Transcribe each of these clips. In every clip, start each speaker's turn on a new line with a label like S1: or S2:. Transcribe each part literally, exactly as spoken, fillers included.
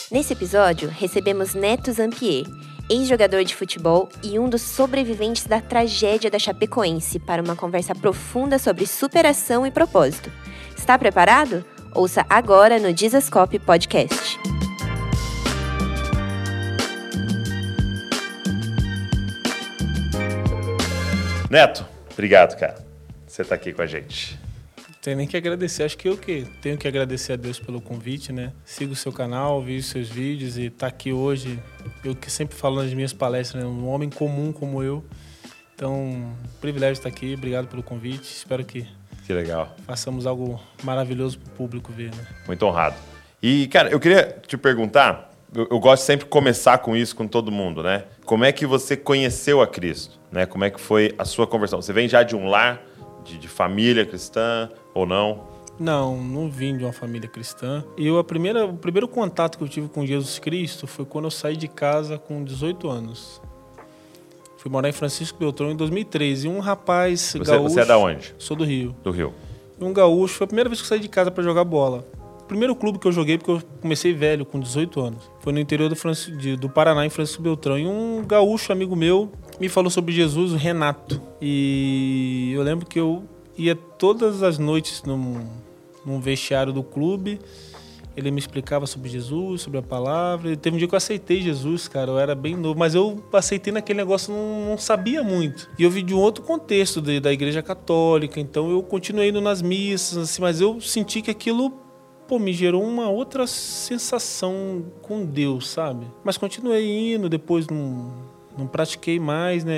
S1: Nesse episódio, recebemos Neto Zampier, ex-jogador de futebol e um dos sobreviventes da tragédia da Chapecoense, para uma conversa profunda sobre superação e propósito. Está preparado? Ouça agora no Dizascope Podcast.
S2: Neto, obrigado, cara. Você tá aqui com a gente.
S3: Não tem nem que agradecer. Acho que eu que tenho que agradecer a Deus pelo convite, né? Sigo o seu canal, vejo seus vídeos e tá aqui hoje. Eu que sempre falo nas minhas palestras, né? Um homem comum como eu. Então, privilégio estar aqui. Obrigado pelo convite. Espero que,
S2: que legal.
S3: façamos algo maravilhoso pro público ver, né?
S2: Muito honrado. E, cara, eu queria te perguntar, eu, eu gosto sempre de começar com isso com todo mundo, né? Como é que você conheceu a Cristo? Né? Como é que foi a sua conversão? Você vem já de um lar, de, de família cristã ou não?
S3: Não, não vim de uma família cristã. Eu, a primeira, o primeiro contato que eu tive com Jesus Cristo foi quando eu saí de casa com dezoito anos. Fui morar em Francisco Beltrão em dois mil e treze. E um rapaz
S2: você,
S3: gaúcho...
S2: Você é da onde?
S3: Sou do Rio.
S2: Do Rio.
S3: E um gaúcho, foi a primeira vez que eu saí de casa para jogar bola. O primeiro clube que eu joguei, porque eu comecei velho, com dezoito anos. Foi no interior do, Francisco, de, do Paraná, em Francisco Beltrão. E um gaúcho amigo meu me falou sobre Jesus, o Renato. E eu lembro que eu ia todas as noites num, num vestiário do clube. Ele me explicava sobre Jesus, sobre a palavra. E teve um dia que eu aceitei Jesus, cara. Eu era bem novo, mas eu aceitei naquele negócio, não, não sabia muito. E eu vi de um outro contexto de, da igreja católica. Então eu continuei indo nas missas, assim, mas eu senti que aquilo... Pô, me gerou uma outra sensação com Deus, sabe? Mas continuei indo, depois não, não pratiquei mais, né?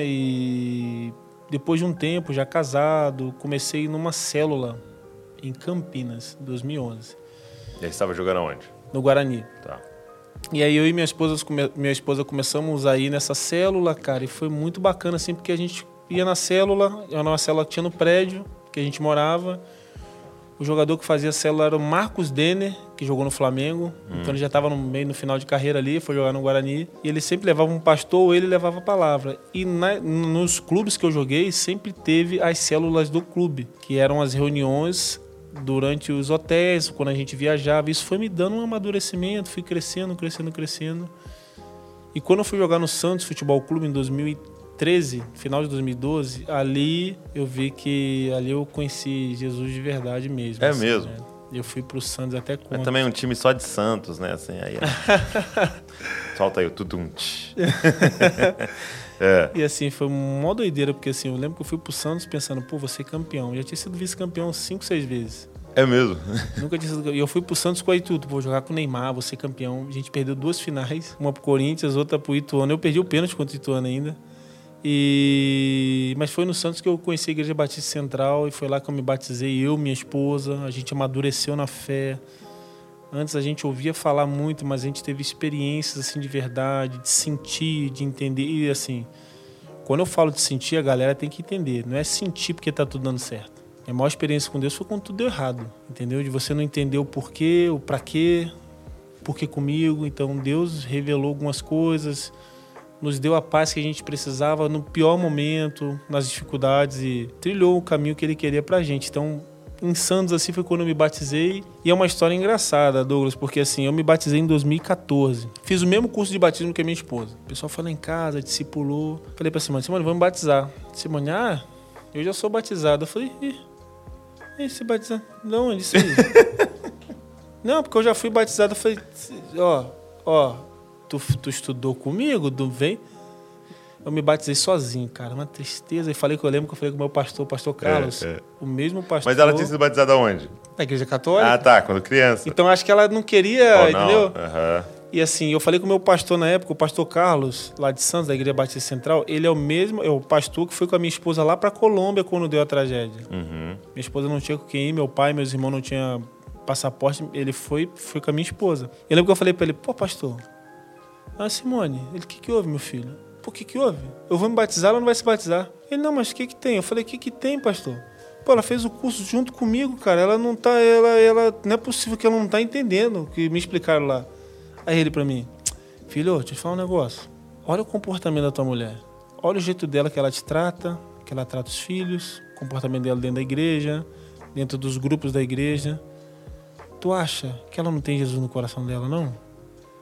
S3: E depois de um tempo, já casado, comecei a ir numa célula em Campinas, em dois mil e onze.
S2: E aí você estava jogando aonde?
S3: No Guarani.
S2: Tá.
S3: E aí eu e minha esposa, minha esposa começamos a ir nessa célula, cara, e foi muito bacana, assim, porque a gente ia na célula, era uma célula que tinha no prédio que a gente morava. O jogador que fazia a célula era o Marcos Denner, que jogou no Flamengo. Hum. Então ele já estava no meio, no final de carreira ali, foi jogar no Guarani. E ele sempre levava um pastor ou ele levava a palavra. E na, nos clubes que eu joguei, sempre teve as células do clube, que eram as reuniões durante os hotéis, quando a gente viajava. Isso foi me dando um amadurecimento, fui crescendo, crescendo, crescendo. E quando eu fui jogar no Santos Futebol Clube em dois mil e treze, final de dois mil e doze, ali eu vi que ali eu conheci Jesus de verdade mesmo.
S2: É
S3: assim,
S2: mesmo?
S3: Né? Eu fui pro Santos até quando.
S2: É também um time só de Santos, né? Assim, aí, solta aí o tudum. É.
S3: E assim, foi uma doideira, porque assim, eu lembro que eu fui pro Santos pensando, pô, vou ser campeão. Eu já tinha sido vice-campeão cinco, seis vezes.
S2: É mesmo?
S3: Nunca tinha sido. E eu fui pro Santos com aí tudo. Vou jogar com o Neymar, vou ser campeão. A gente perdeu duas finais, uma pro Corinthians, outra pro Ituano. Eu perdi o pênalti contra o Ituano ainda. E... Mas foi no Santos que eu conheci a Igreja Batista Central e foi lá que eu me batizei, eu, minha esposa, a gente amadureceu na fé. Antes a gente ouvia falar muito, mas a gente teve experiências assim de verdade, de sentir, de entender. E assim, quando eu falo de sentir, a galera tem que entender. Não é sentir porque tá tudo dando certo. A maior experiência com Deus foi quando tudo deu errado, entendeu? De você não entender o porquê, o pra quê, por que comigo. Então Deus revelou algumas coisas, nos deu a paz que a gente precisava no pior momento, nas dificuldades, e trilhou o caminho que ele queria pra gente. Então, em Santos, assim, foi quando eu me batizei. E é uma história engraçada, Douglas, porque assim, eu me batizei em dois mil e catorze. Fiz o mesmo curso de batismo que a minha esposa. O pessoal foi lá em casa, discipulou. Falei pra Simone, Simone, vamos batizar. Simone, ah, eu já sou batizado. Eu falei, ih, e se batizar? Não, ele disse aí. Não, porque eu já fui batizado. Eu falei, ó, ó, Tu, tu estudou comigo? Tu vem? Eu me batizei sozinho, cara. Uma tristeza. E falei que eu lembro que eu falei com o meu pastor, o pastor Carlos. É, é. O mesmo pastor.
S2: Mas ela tinha sido batizada aonde?
S3: Na Igreja Católica.
S2: Ah, tá. Quando criança.
S3: Então acho que ela não queria,
S2: oh,
S3: entendeu?
S2: Uhum.
S3: E assim, eu falei com o meu pastor na época, o pastor Carlos, lá de Santos, da Igreja Batista Central. Ele é o mesmo, é o pastor que foi com a minha esposa lá pra Colômbia quando deu a tragédia.
S2: Uhum.
S3: Minha esposa não tinha com quem ir, meu pai, meus irmãos não tinham passaporte. Ele foi, foi com a minha esposa. Eu lembro que eu falei pra ele, pô, pastor... Ah, Simone, ele, o que que houve, meu filho? Pô, o que que houve? Eu vou me batizar, ela não vai se batizar. Ele, não, mas o que que tem? Eu falei, o que que tem, pastor? Pô, ela fez o curso junto comigo, cara. Ela não tá, ela, ela, não é possível que ela não tá entendendo o que me explicaram lá. Aí ele pra mim, filho, deixa eu te falar um negócio. Olha o comportamento da tua mulher. Olha o jeito dela que ela te trata, que ela trata os filhos, o comportamento dela dentro da igreja, dentro dos grupos da igreja. Tu acha que ela não tem Jesus no coração dela, não?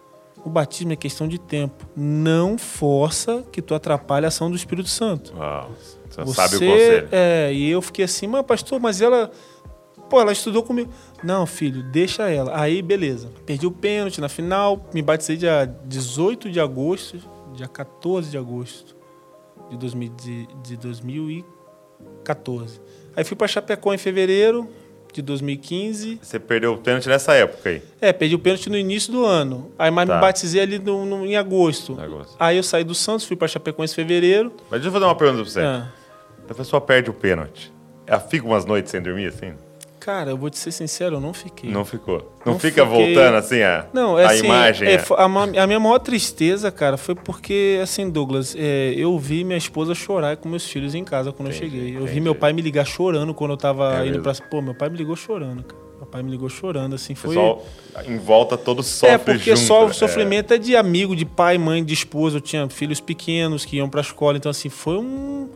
S3: o batismo é questão de tempo. Não força que tu atrapalhe a ação do Espírito Santo.
S2: Uau, você,
S3: você
S2: sabe o conselho.
S3: É, e eu fiquei assim, mas pastor, mas ela... Pô, ela estudou comigo. Não, filho, deixa ela. Aí, beleza. Perdi o pênalti na final, me batizei dia dezoito de agosto, dia quatorze de agosto de, dois mil, de, de dois mil e quatorze. Aí fui pra Chapecó em fevereiro de dois mil e quinze.
S2: Você perdeu o pênalti nessa época aí?
S3: É, perdi o pênalti no início do ano. Aí mas tá. me batizei ali no, no, em agosto. agosto. Aí eu saí do Santos, fui pra Chapecó em fevereiro.
S2: Mas deixa eu fazer uma pergunta pra você. É. A pessoa perde o pênalti. Ela fica umas noites sem dormir assim?
S3: Cara, eu vou te ser sincero, eu não fiquei.
S2: Não ficou? Não, não fica fiquei... voltando assim a,
S3: não, é
S2: a
S3: assim,
S2: imagem?
S3: É,
S2: é.
S3: a, a minha maior tristeza, cara, foi porque, assim, Douglas, é, eu vi minha esposa chorar com meus filhos em casa quando entendi, eu cheguei. Eu entendi. vi meu pai me ligar chorando quando eu tava é indo mesmo? pra... Pô, meu pai me ligou chorando, cara. Meu pai me ligou chorando, assim, foi... O
S2: pessoal em volta todo sofre
S3: É, porque
S2: junto,
S3: só o sofrimento é. é de amigo, de pai, mãe, de esposa. Eu tinha filhos pequenos que iam pra escola, então, assim, foi um...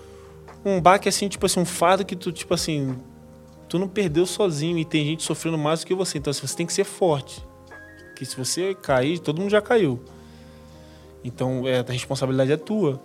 S3: Um baque, assim, tipo assim, um fardo que tu, tipo assim... Tu não perdeu sozinho e tem gente sofrendo mais do que você. Então, assim, você tem que ser forte. Porque se você cair, todo mundo já caiu. Então, é, a responsabilidade é tua.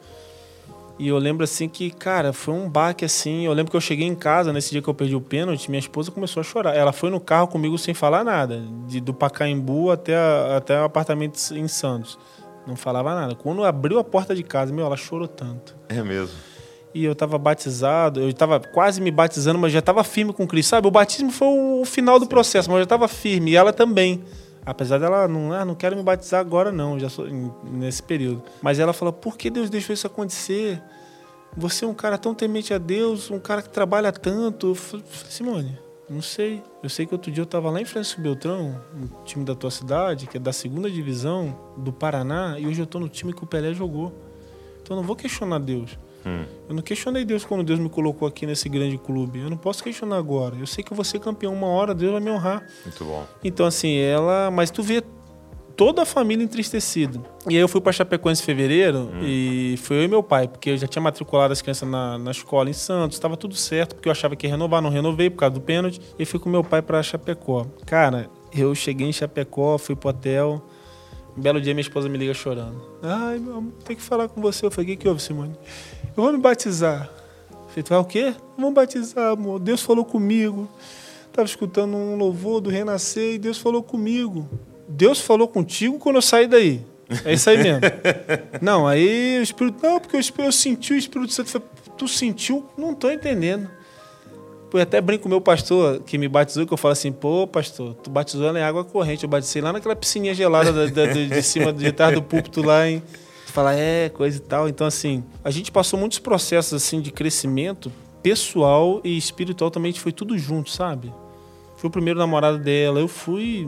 S3: E eu lembro, assim, que, cara, foi um baque, assim. Eu lembro que eu cheguei em casa, nesse dia que eu perdi o pênalti, minha esposa começou a chorar. Ela foi no carro comigo sem falar nada. De, do Pacaembu até, a, até o apartamento em Santos. Não falava nada. Quando abriu a porta de casa, meu, ela chorou tanto.
S2: É mesmo.
S3: E eu estava batizado, eu estava quase me batizando, mas já estava firme com Cristo. Sabe, o batismo foi o final do Sim. processo, mas eu já estava firme. E ela também. Apesar dela, não, ah, não quero me batizar agora não, já sou nesse período. Mas ela falou, por que Deus deixou isso acontecer? Você é um cara tão temente a Deus, um cara que trabalha tanto. Eu falei, Simone, não sei. Eu sei que outro dia eu estava lá em Francisco Beltrão, no time da tua cidade, que é da segunda divisão do Paraná, e hoje eu estou no time que o Pelé jogou. Então eu não vou questionar Deus. Hum. Eu não questionei Deus quando Deus me colocou aqui nesse grande clube. Eu não posso questionar agora. Eu sei que eu vou ser campeão uma hora, Deus vai me honrar.
S2: Muito bom.
S3: Então, assim, ela... Mas tu vê toda a família entristecida. E aí eu fui pra Chapecoense em fevereiro hum. e foi eu e meu pai, porque eu já tinha matriculado as crianças na, na escola em Santos, estava tudo certo, porque eu achava que ia renovar, não renovei por causa do pênalti. E fui com meu pai pra Chapecó. Cara, eu cheguei em Chapecó, fui pro hotel... Um belo dia minha esposa me liga chorando. Ai, meu amor, tem que falar com você. Eu falei, o que que houve, Simone? Eu vou me batizar. Eu falei, tu vai o quê? Vamos batizar, amor. Deus falou comigo. Estava escutando um louvor do Renascer e Deus falou comigo. Deus falou contigo quando eu saí daí. É isso aí mesmo. Não, aí o Espírito... Não, porque eu, eu senti o Espírito Santo. Eu falei, tu sentiu? Não estou entendendo. Eu até brinco com o meu pastor que me batizou, que eu falo assim, pô, pastor, tu batizou ela em água corrente, eu batizei lá naquela piscininha gelada da, da, de cima, de trás do púlpito lá, hein? Tu fala, é, coisa e tal. Então, assim, a gente passou muitos processos, assim, de crescimento pessoal e espiritual também, foi tudo junto, sabe? Fui o primeiro namorado dela, eu fui...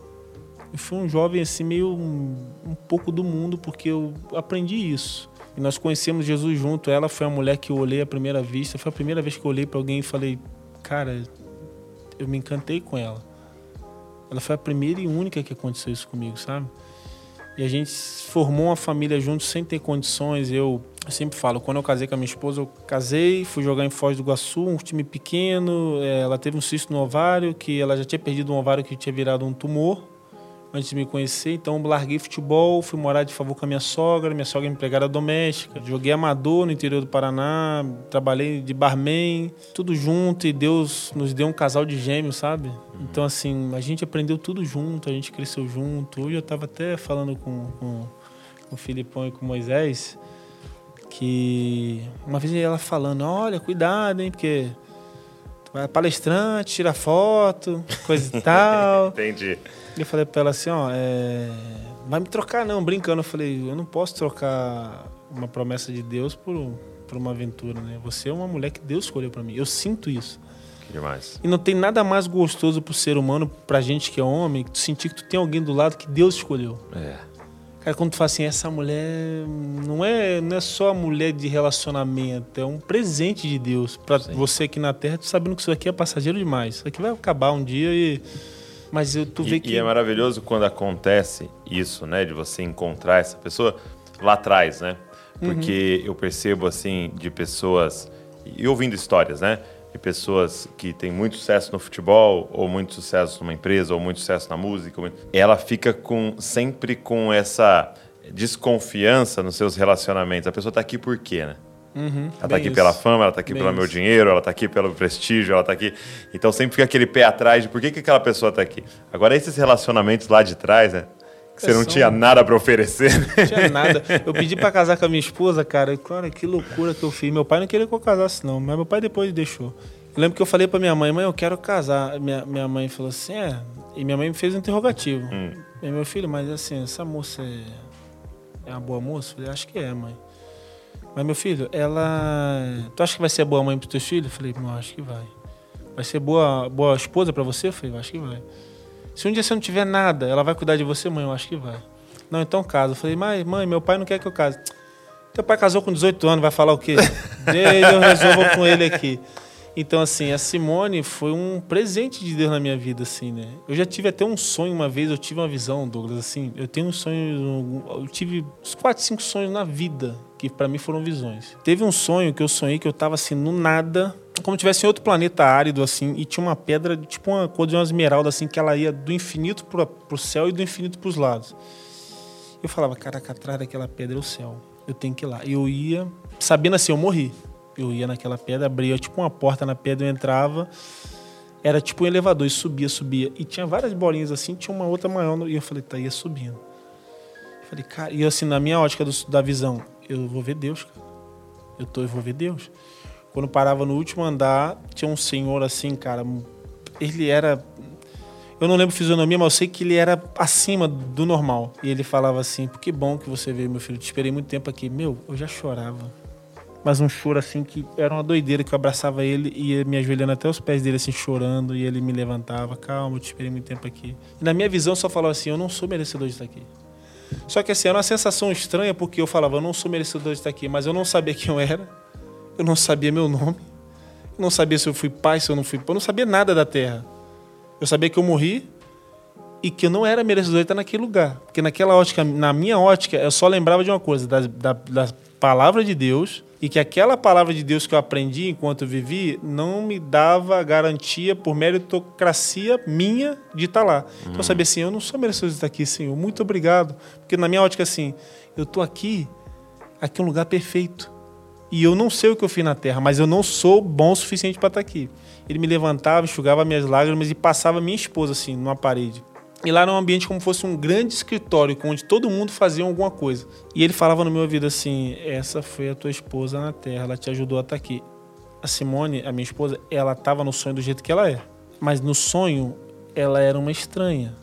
S3: Eu fui um jovem, assim, meio um, um pouco do mundo, porque eu aprendi isso. E nós conhecemos Jesus junto. Ela foi a mulher que eu olhei à primeira vista. Foi a primeira vez que eu olhei para alguém e falei, cara, eu me encantei com ela. Ela foi a primeira e única que aconteceu isso comigo, sabe? E a gente formou uma família junto sem ter condições. Eu, eu sempre falo, quando eu casei com a minha esposa, eu casei, fui jogar em Foz do Iguaçu, um time pequeno. Ela teve um cisto no ovário, que ela já tinha perdido um ovário que tinha virado um tumor antes de me conhecer, então larguei futebol, fui morar de favor com a minha sogra, minha sogra é empregada doméstica, joguei amador no interior do Paraná, trabalhei de barman, tudo junto, e Deus nos deu um casal de gêmeos, sabe? Uhum. Então, assim, a gente aprendeu tudo junto, a gente cresceu junto. Hoje eu estava até falando com, com, com o Filipão e com o Moisés, que uma vez ela falando, olha, cuidado, hein, porque tu vai palestrante, tira foto, coisa e tal.
S2: Entendi.
S3: Eu falei pra ela assim, ó, é... vai me trocar não, brincando. Eu falei, eu não posso trocar uma promessa de Deus por, por uma aventura, né? Você é uma mulher que Deus escolheu pra mim, eu sinto isso.
S2: Que demais.
S3: E não tem nada mais gostoso pro ser humano, pra gente que é homem, que tu sentir que tu tem alguém do lado que Deus escolheu.
S2: É.
S3: Cara, quando tu fala assim, essa mulher não é, não é só a mulher de relacionamento, é um presente de Deus pra Sim. você aqui na Terra, tu sabendo que isso aqui é passageiro demais. Isso aqui vai acabar um dia e... Mas eu, tu vê
S2: e,
S3: que...
S2: e é maravilhoso quando acontece isso, né? De você encontrar essa pessoa lá atrás, né? Porque uhum. eu percebo, assim, de pessoas... E ouvindo histórias, né? de pessoas que têm muito sucesso no futebol, ou muito sucesso numa empresa, ou muito sucesso na música, ela fica com, sempre com essa desconfiança nos seus relacionamentos. A pessoa tá aqui por quê, né?
S3: Uhum,
S2: ela tá aqui
S3: isso.
S2: pela fama, ela tá aqui
S3: bem
S2: pelo meu
S3: isso.
S2: dinheiro, ela tá aqui pelo prestígio, ela tá aqui... Então sempre fica aquele pé atrás de por que, que aquela pessoa tá aqui. Agora, esses relacionamentos lá de trás, né? Que você não tinha nada pra oferecer, né?
S3: Não tinha nada. Eu pedi pra casar com a minha esposa, cara. Cara, que loucura que eu fiz. Meu pai não queria que eu casasse, não. Mas meu pai depois deixou. Eu lembro que eu falei pra minha mãe, mãe, eu quero casar. Minha, minha mãe falou assim, é... E minha mãe me fez um interrogativo.
S2: Hum.
S3: E meu filho, mas assim, essa moça é, é uma boa moça? Eu falei, acho que é, mãe. Mas, meu filho, ela... Tu acha que vai ser boa mãe pros teus filhos? Eu falei, não, acho que vai. Vai ser boa, boa esposa pra você? Eu falei, acho que vai. Se um dia você não tiver nada, ela vai cuidar de você, mãe? Eu acho que vai. Não, então casa. Eu falei, mãe, mãe, meu pai não quer que eu case. Teu pai casou com dezoito anos, vai falar o quê? Ele, eu resolvo com ele aqui. Então, assim, a Simone foi um presente de Deus na minha vida, assim, né? Eu já tive até um sonho uma vez, eu tive uma visão, Douglas, assim, eu tenho um sonho, eu tive uns quatro, cinco sonhos na vida, que pra mim foram visões. Teve um sonho que eu sonhei que eu tava, assim, no nada, como se tivesse em outro planeta árido, assim, e tinha uma pedra, tipo uma cor de uma esmeralda, assim, que ela ia do infinito pro, pro céu e do infinito pros lados. Eu falava, caraca, atrás daquela pedra é o céu, eu tenho que ir lá. E eu ia, sabendo assim, eu morri. Eu ia naquela pedra, abria tipo uma porta na pedra, eu entrava, era tipo um elevador, e subia, subia. E tinha várias bolinhas assim, tinha uma outra maior, e eu falei, tá, ia subindo. Eu falei, cara, e assim, na minha ótica do, da visão, eu vou ver Deus, cara. Eu, tô, eu vou ver Deus. Quando parava no último andar, tinha um senhor assim, cara, ele era... Eu não lembro fisionomia, mas eu sei que ele era acima do normal. E ele falava assim, que bom que você veio, meu filho, te esperei muito tempo aqui. Meu, eu já chorava. Mas um choro assim que era uma doideira, que eu abraçava ele e ia me ajoelhando até os pés dele assim, chorando, e ele me levantava, calma, eu te esperei muito tempo aqui. E na minha visão eu só falava assim, eu não sou merecedor de estar aqui. Só que assim, era uma sensação estranha, porque eu falava, eu não sou merecedor de estar aqui, mas eu não sabia quem eu era, eu não sabia meu nome, eu não sabia se eu fui pai, se eu não fui pai, eu não sabia nada da terra. Eu sabia que eu morri e que eu não era merecedor de estar naquele lugar. Porque naquela ótica, na minha ótica, eu só lembrava de uma coisa, da, da, da palavra de Deus, e que aquela palavra de Deus que eu aprendi enquanto eu vivi não me dava garantia por meritocracia minha de estar lá. Hum. Então eu sabia assim, eu não sou merecedor de estar aqui, Senhor, muito obrigado. Porque na minha ótica assim, eu estou aqui, aqui é um lugar perfeito. E eu não sei o que eu fiz na terra, mas eu não sou bom o suficiente para estar aqui. Ele me levantava, enxugava minhas lágrimas e passava minha esposa assim, numa parede. E lá era um ambiente como fosse um grande escritório, onde todo mundo fazia alguma coisa. E ele falava no meu ouvido assim, essa foi a tua esposa na terra, ela te ajudou a estar aqui. A Simone, a minha esposa, ela estava no sonho do jeito que ela é. Mas no sonho, ela era uma estranha.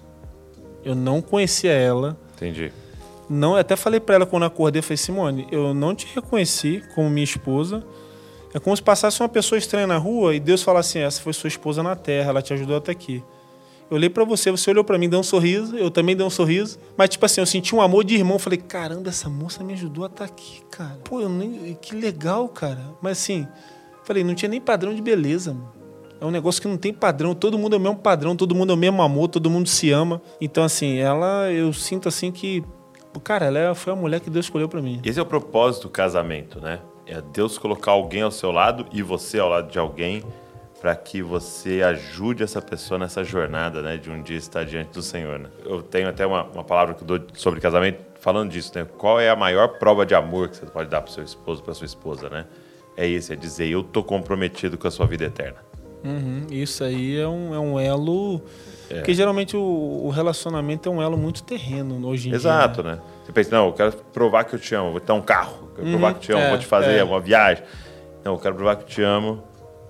S3: Eu não conhecia ela.
S2: Entendi.
S3: Não, eu até falei para ela quando eu acordei, eu falei, Simone, eu não te reconheci como minha esposa. É como se passasse uma pessoa estranha na rua e Deus falasse assim, essa foi sua esposa na terra, ela te ajudou até aqui. Eu olhei pra você, você olhou pra mim, deu um sorriso, eu também dei um sorriso. Mas, tipo assim, eu senti um amor de irmão. Eu falei, caramba, essa moça me ajudou a estar aqui, cara. Pô, eu nem... que legal, cara. Mas, assim, falei, não tinha nem padrão de beleza, mano. É um negócio que não tem padrão. Todo mundo é o mesmo padrão, todo mundo é o mesmo amor, todo mundo se ama. Então, assim, ela, eu sinto, assim, que... Cara, ela foi a mulher que Deus escolheu pra mim.
S2: Esse é o propósito do casamento, né? É Deus colocar alguém ao seu lado e você ao lado de alguém, para que você ajude essa pessoa nessa jornada, né, de um dia estar diante do Senhor, né? Eu tenho até uma, uma palavra que eu dou sobre casamento falando disso, né? Qual é a maior prova de amor que você pode dar para o seu esposo, para sua esposa, né? É isso, é dizer, eu tô comprometido com a sua vida eterna.
S3: Uhum, isso aí é um, é um elo... É. Porque geralmente o, o relacionamento é um elo muito terreno hoje em
S2: Exato,
S3: dia. Exato,
S2: né? Você pensa, não, eu quero provar que eu te amo, vou te dar um carro, quero uhum, provar que eu te amo,
S3: é,
S2: vou te fazer
S3: é.
S2: uma viagem. Não, eu quero provar que eu te amo,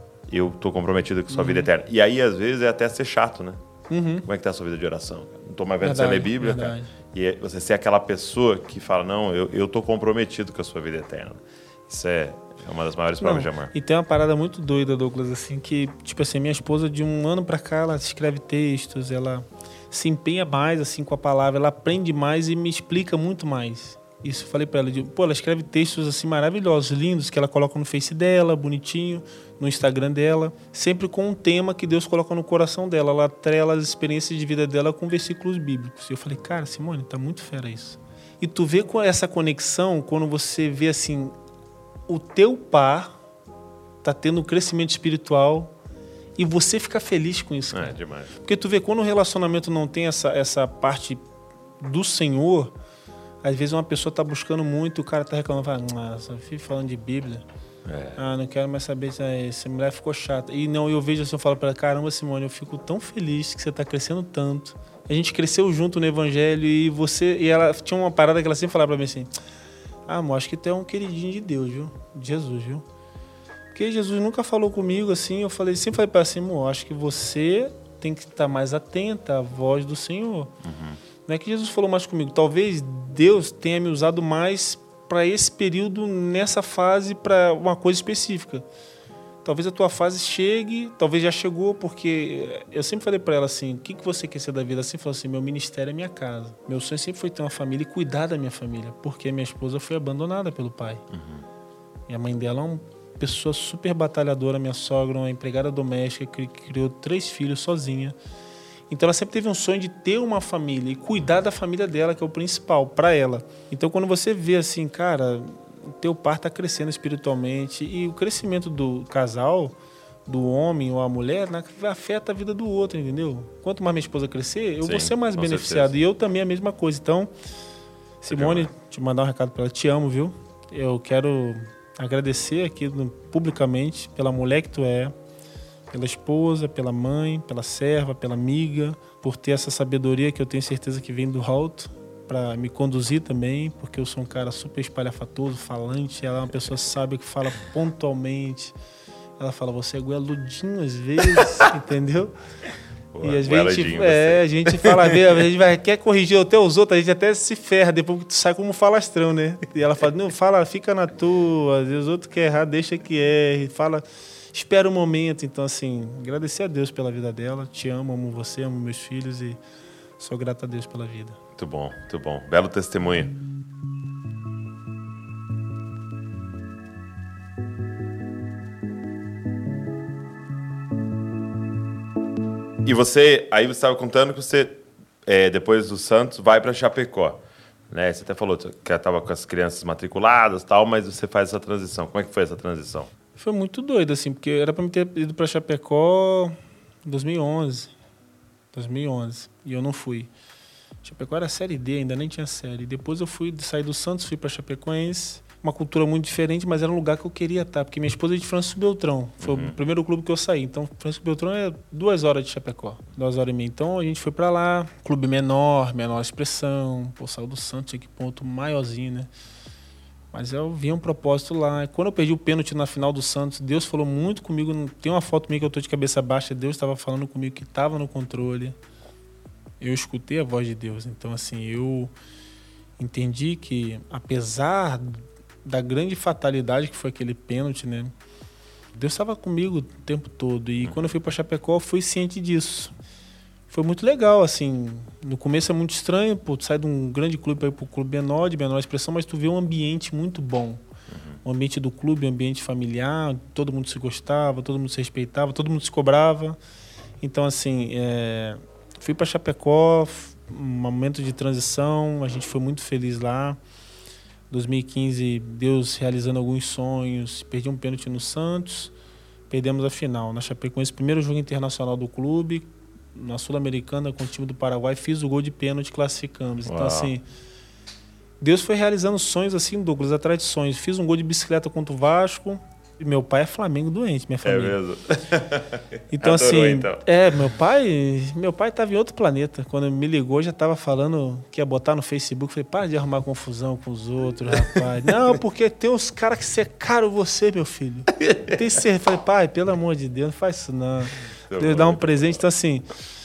S2: eu tô comprometido com a sua uhum. vida eterna. E aí, às vezes, é até ser chato, né?
S3: Uhum.
S2: Como é que tá a sua vida de oração? Não tô mais vendo
S3: verdade,
S2: você ler Bíblia, verdade. Cara. E você ser aquela pessoa que fala, não, eu, eu tô comprometido com a sua vida eterna. Isso é... É uma das maiores provas de amor.
S3: E tem uma parada muito doida, Douglas, assim, que, tipo assim, minha esposa, de um ano pra cá, ela escreve textos, ela se empenha mais, assim, com a palavra, ela aprende mais e me explica muito mais. Isso eu falei pra ela, de, pô, ela escreve textos, assim, maravilhosos, lindos, que ela coloca no Face dela, bonitinho, no Instagram dela, sempre com um tema que Deus coloca no coração dela. Ela atrela as experiências de vida dela com versículos bíblicos. E eu falei, cara, Simone, tá muito fera isso. E tu vê com essa conexão, quando você vê, assim... o teu par tá tendo um crescimento espiritual e você fica feliz com isso, cara.
S2: É demais.
S3: Porque tu vê, quando o relacionamento não tem essa, essa parte do Senhor, às vezes uma pessoa tá buscando muito, o cara tá reclamando, fala, nossa, eu fico falando de Bíblia. É. Ah, não quero mais saber se essa mulher ficou chata. E não, eu vejo assim, eu falo pra ela, caramba, Simone, eu fico tão feliz que você tá crescendo tanto. A gente cresceu junto no Evangelho e você... E ela tinha uma parada que ela sempre falava pra mim assim, ah, amor, acho que tu é um queridinho de Deus, viu? De Jesus, viu? Porque Jesus nunca falou comigo assim, eu falei, sempre falei pra ela assim, amor, acho que você tem que estar mais atenta à voz do Senhor. Uhum. Não é que Jesus falou mais comigo, talvez Deus tenha me usado mais para esse período, nessa fase, para uma coisa específica. Talvez a tua fase chegue, talvez já chegou, porque eu sempre falei para ela assim, o que, que você quer ser da vida? Ela sempre falou assim, meu ministério é minha casa. Meu sonho sempre foi ter uma família e cuidar da minha família, porque minha esposa foi abandonada pelo pai. Uhum. E a mãe dela é uma pessoa super batalhadora, minha sogra, uma empregada doméstica, que criou três filhos sozinha. Então ela sempre teve um sonho de ter uma família e cuidar da família dela, que é o principal, para ela. Então quando você vê assim, cara, o teu par está crescendo espiritualmente e o crescimento do casal, do homem ou a mulher, afeta a vida do outro, entendeu? Quanto mais minha esposa crescer, eu Sim, vou ser mais beneficiado. Certeza. E eu também a mesma coisa. Então, Simone, Legal. Te mandar um recado para ela. Te amo, viu? Eu quero agradecer aqui publicamente pela mulher que tu é, pela esposa, pela mãe, pela serva, pela amiga, por ter essa sabedoria que eu tenho certeza que vem do alto, para me conduzir também, porque eu sou um cara super espalhafatoso, falante, ela é uma pessoa sábia que fala pontualmente, ela fala, você é goeludinho às vezes, entendeu? Pô, e às vezes a gente, é, a gente fala, a gente vai, quer corrigir até os outros, a gente até se ferra, depois que tu sai como falastrão, né? E ela fala, não, fala, fica na tua, às vezes os outros querem errar, deixa que erre, fala... Espera o momento, então assim, agradecer a Deus pela vida dela, te amo, amo você, amo meus filhos e sou grato a Deus pela vida.
S2: Muito bom, muito bom. Belo testemunho. E você, aí você estava contando que você, é, depois do Santos, vai para Chapecó. Né? Você até falou que estava com as crianças matriculadas e tal, mas você faz essa transição. Como é que foi essa transição?
S3: Foi muito doido, assim, porque era para me ter ido para Chapecó em dois mil e onze. dois mil e onze. E eu não fui. Chapecó era Série D, ainda nem tinha série. Depois eu fui sair do Santos, fui para Chapecoense. Uma cultura muito diferente, mas era um lugar que eu queria estar. Porque minha esposa é de Francisco Beltrão. Foi uhum. o primeiro clube que eu saí. Então, Francisco Beltrão é duas horas de Chapecó. Duas horas e meia. Então, a gente foi para lá. Clube menor, menor expressão. Pô, saiu do Santos, tinha que ponto maiorzinho, né? Mas eu vi um propósito lá. Quando eu perdi o pênalti na final do Santos, Deus falou muito comigo. Tem uma foto minha que eu tô de cabeça baixa. Deus estava falando comigo que estava no controle. Eu escutei a voz de Deus. Então, assim, eu entendi que, apesar da grande fatalidade que foi aquele pênalti, né? Deus estava comigo o tempo todo. E quando eu fui para Chapecó, eu fui ciente disso. Foi muito legal, assim. No começo é muito estranho, pô, tu sai de um grande clube para ir para um clube menor, de menor expressão, mas tu vê um ambiente muito bom. Uhum. O ambiente do clube, um ambiente familiar, todo mundo se gostava, todo mundo se respeitava, todo mundo se cobrava. Então, assim, é... fui para Chapecó, um momento de transição, a gente foi muito feliz lá. dois mil e quinze, Deus realizando alguns sonhos, perdi um pênalti no Santos, perdemos a final. Na Chapecoense, primeiro jogo internacional do clube, na Sul-Americana com o time do Paraguai, fiz o gol de pênalti, classificamos. Uau. Então, assim, Deus foi realizando sonhos assim, Douglas, atrás de sonhos. Fiz um gol de bicicleta contra o Vasco. E meu pai é Flamengo doente, minha família. É mesmo? Então, Adorou, assim, então. é, meu pai, meu pai estava em outro planeta. Quando me ligou, já estava falando que ia botar no Facebook. Falei, para de arrumar confusão com os outros, rapaz. Não, porque tem uns caras que secaram você, meu filho. Tem certeza. Falei, pai, pelo amor de Deus, não faz isso não. Deus dá um presente. Então, assim,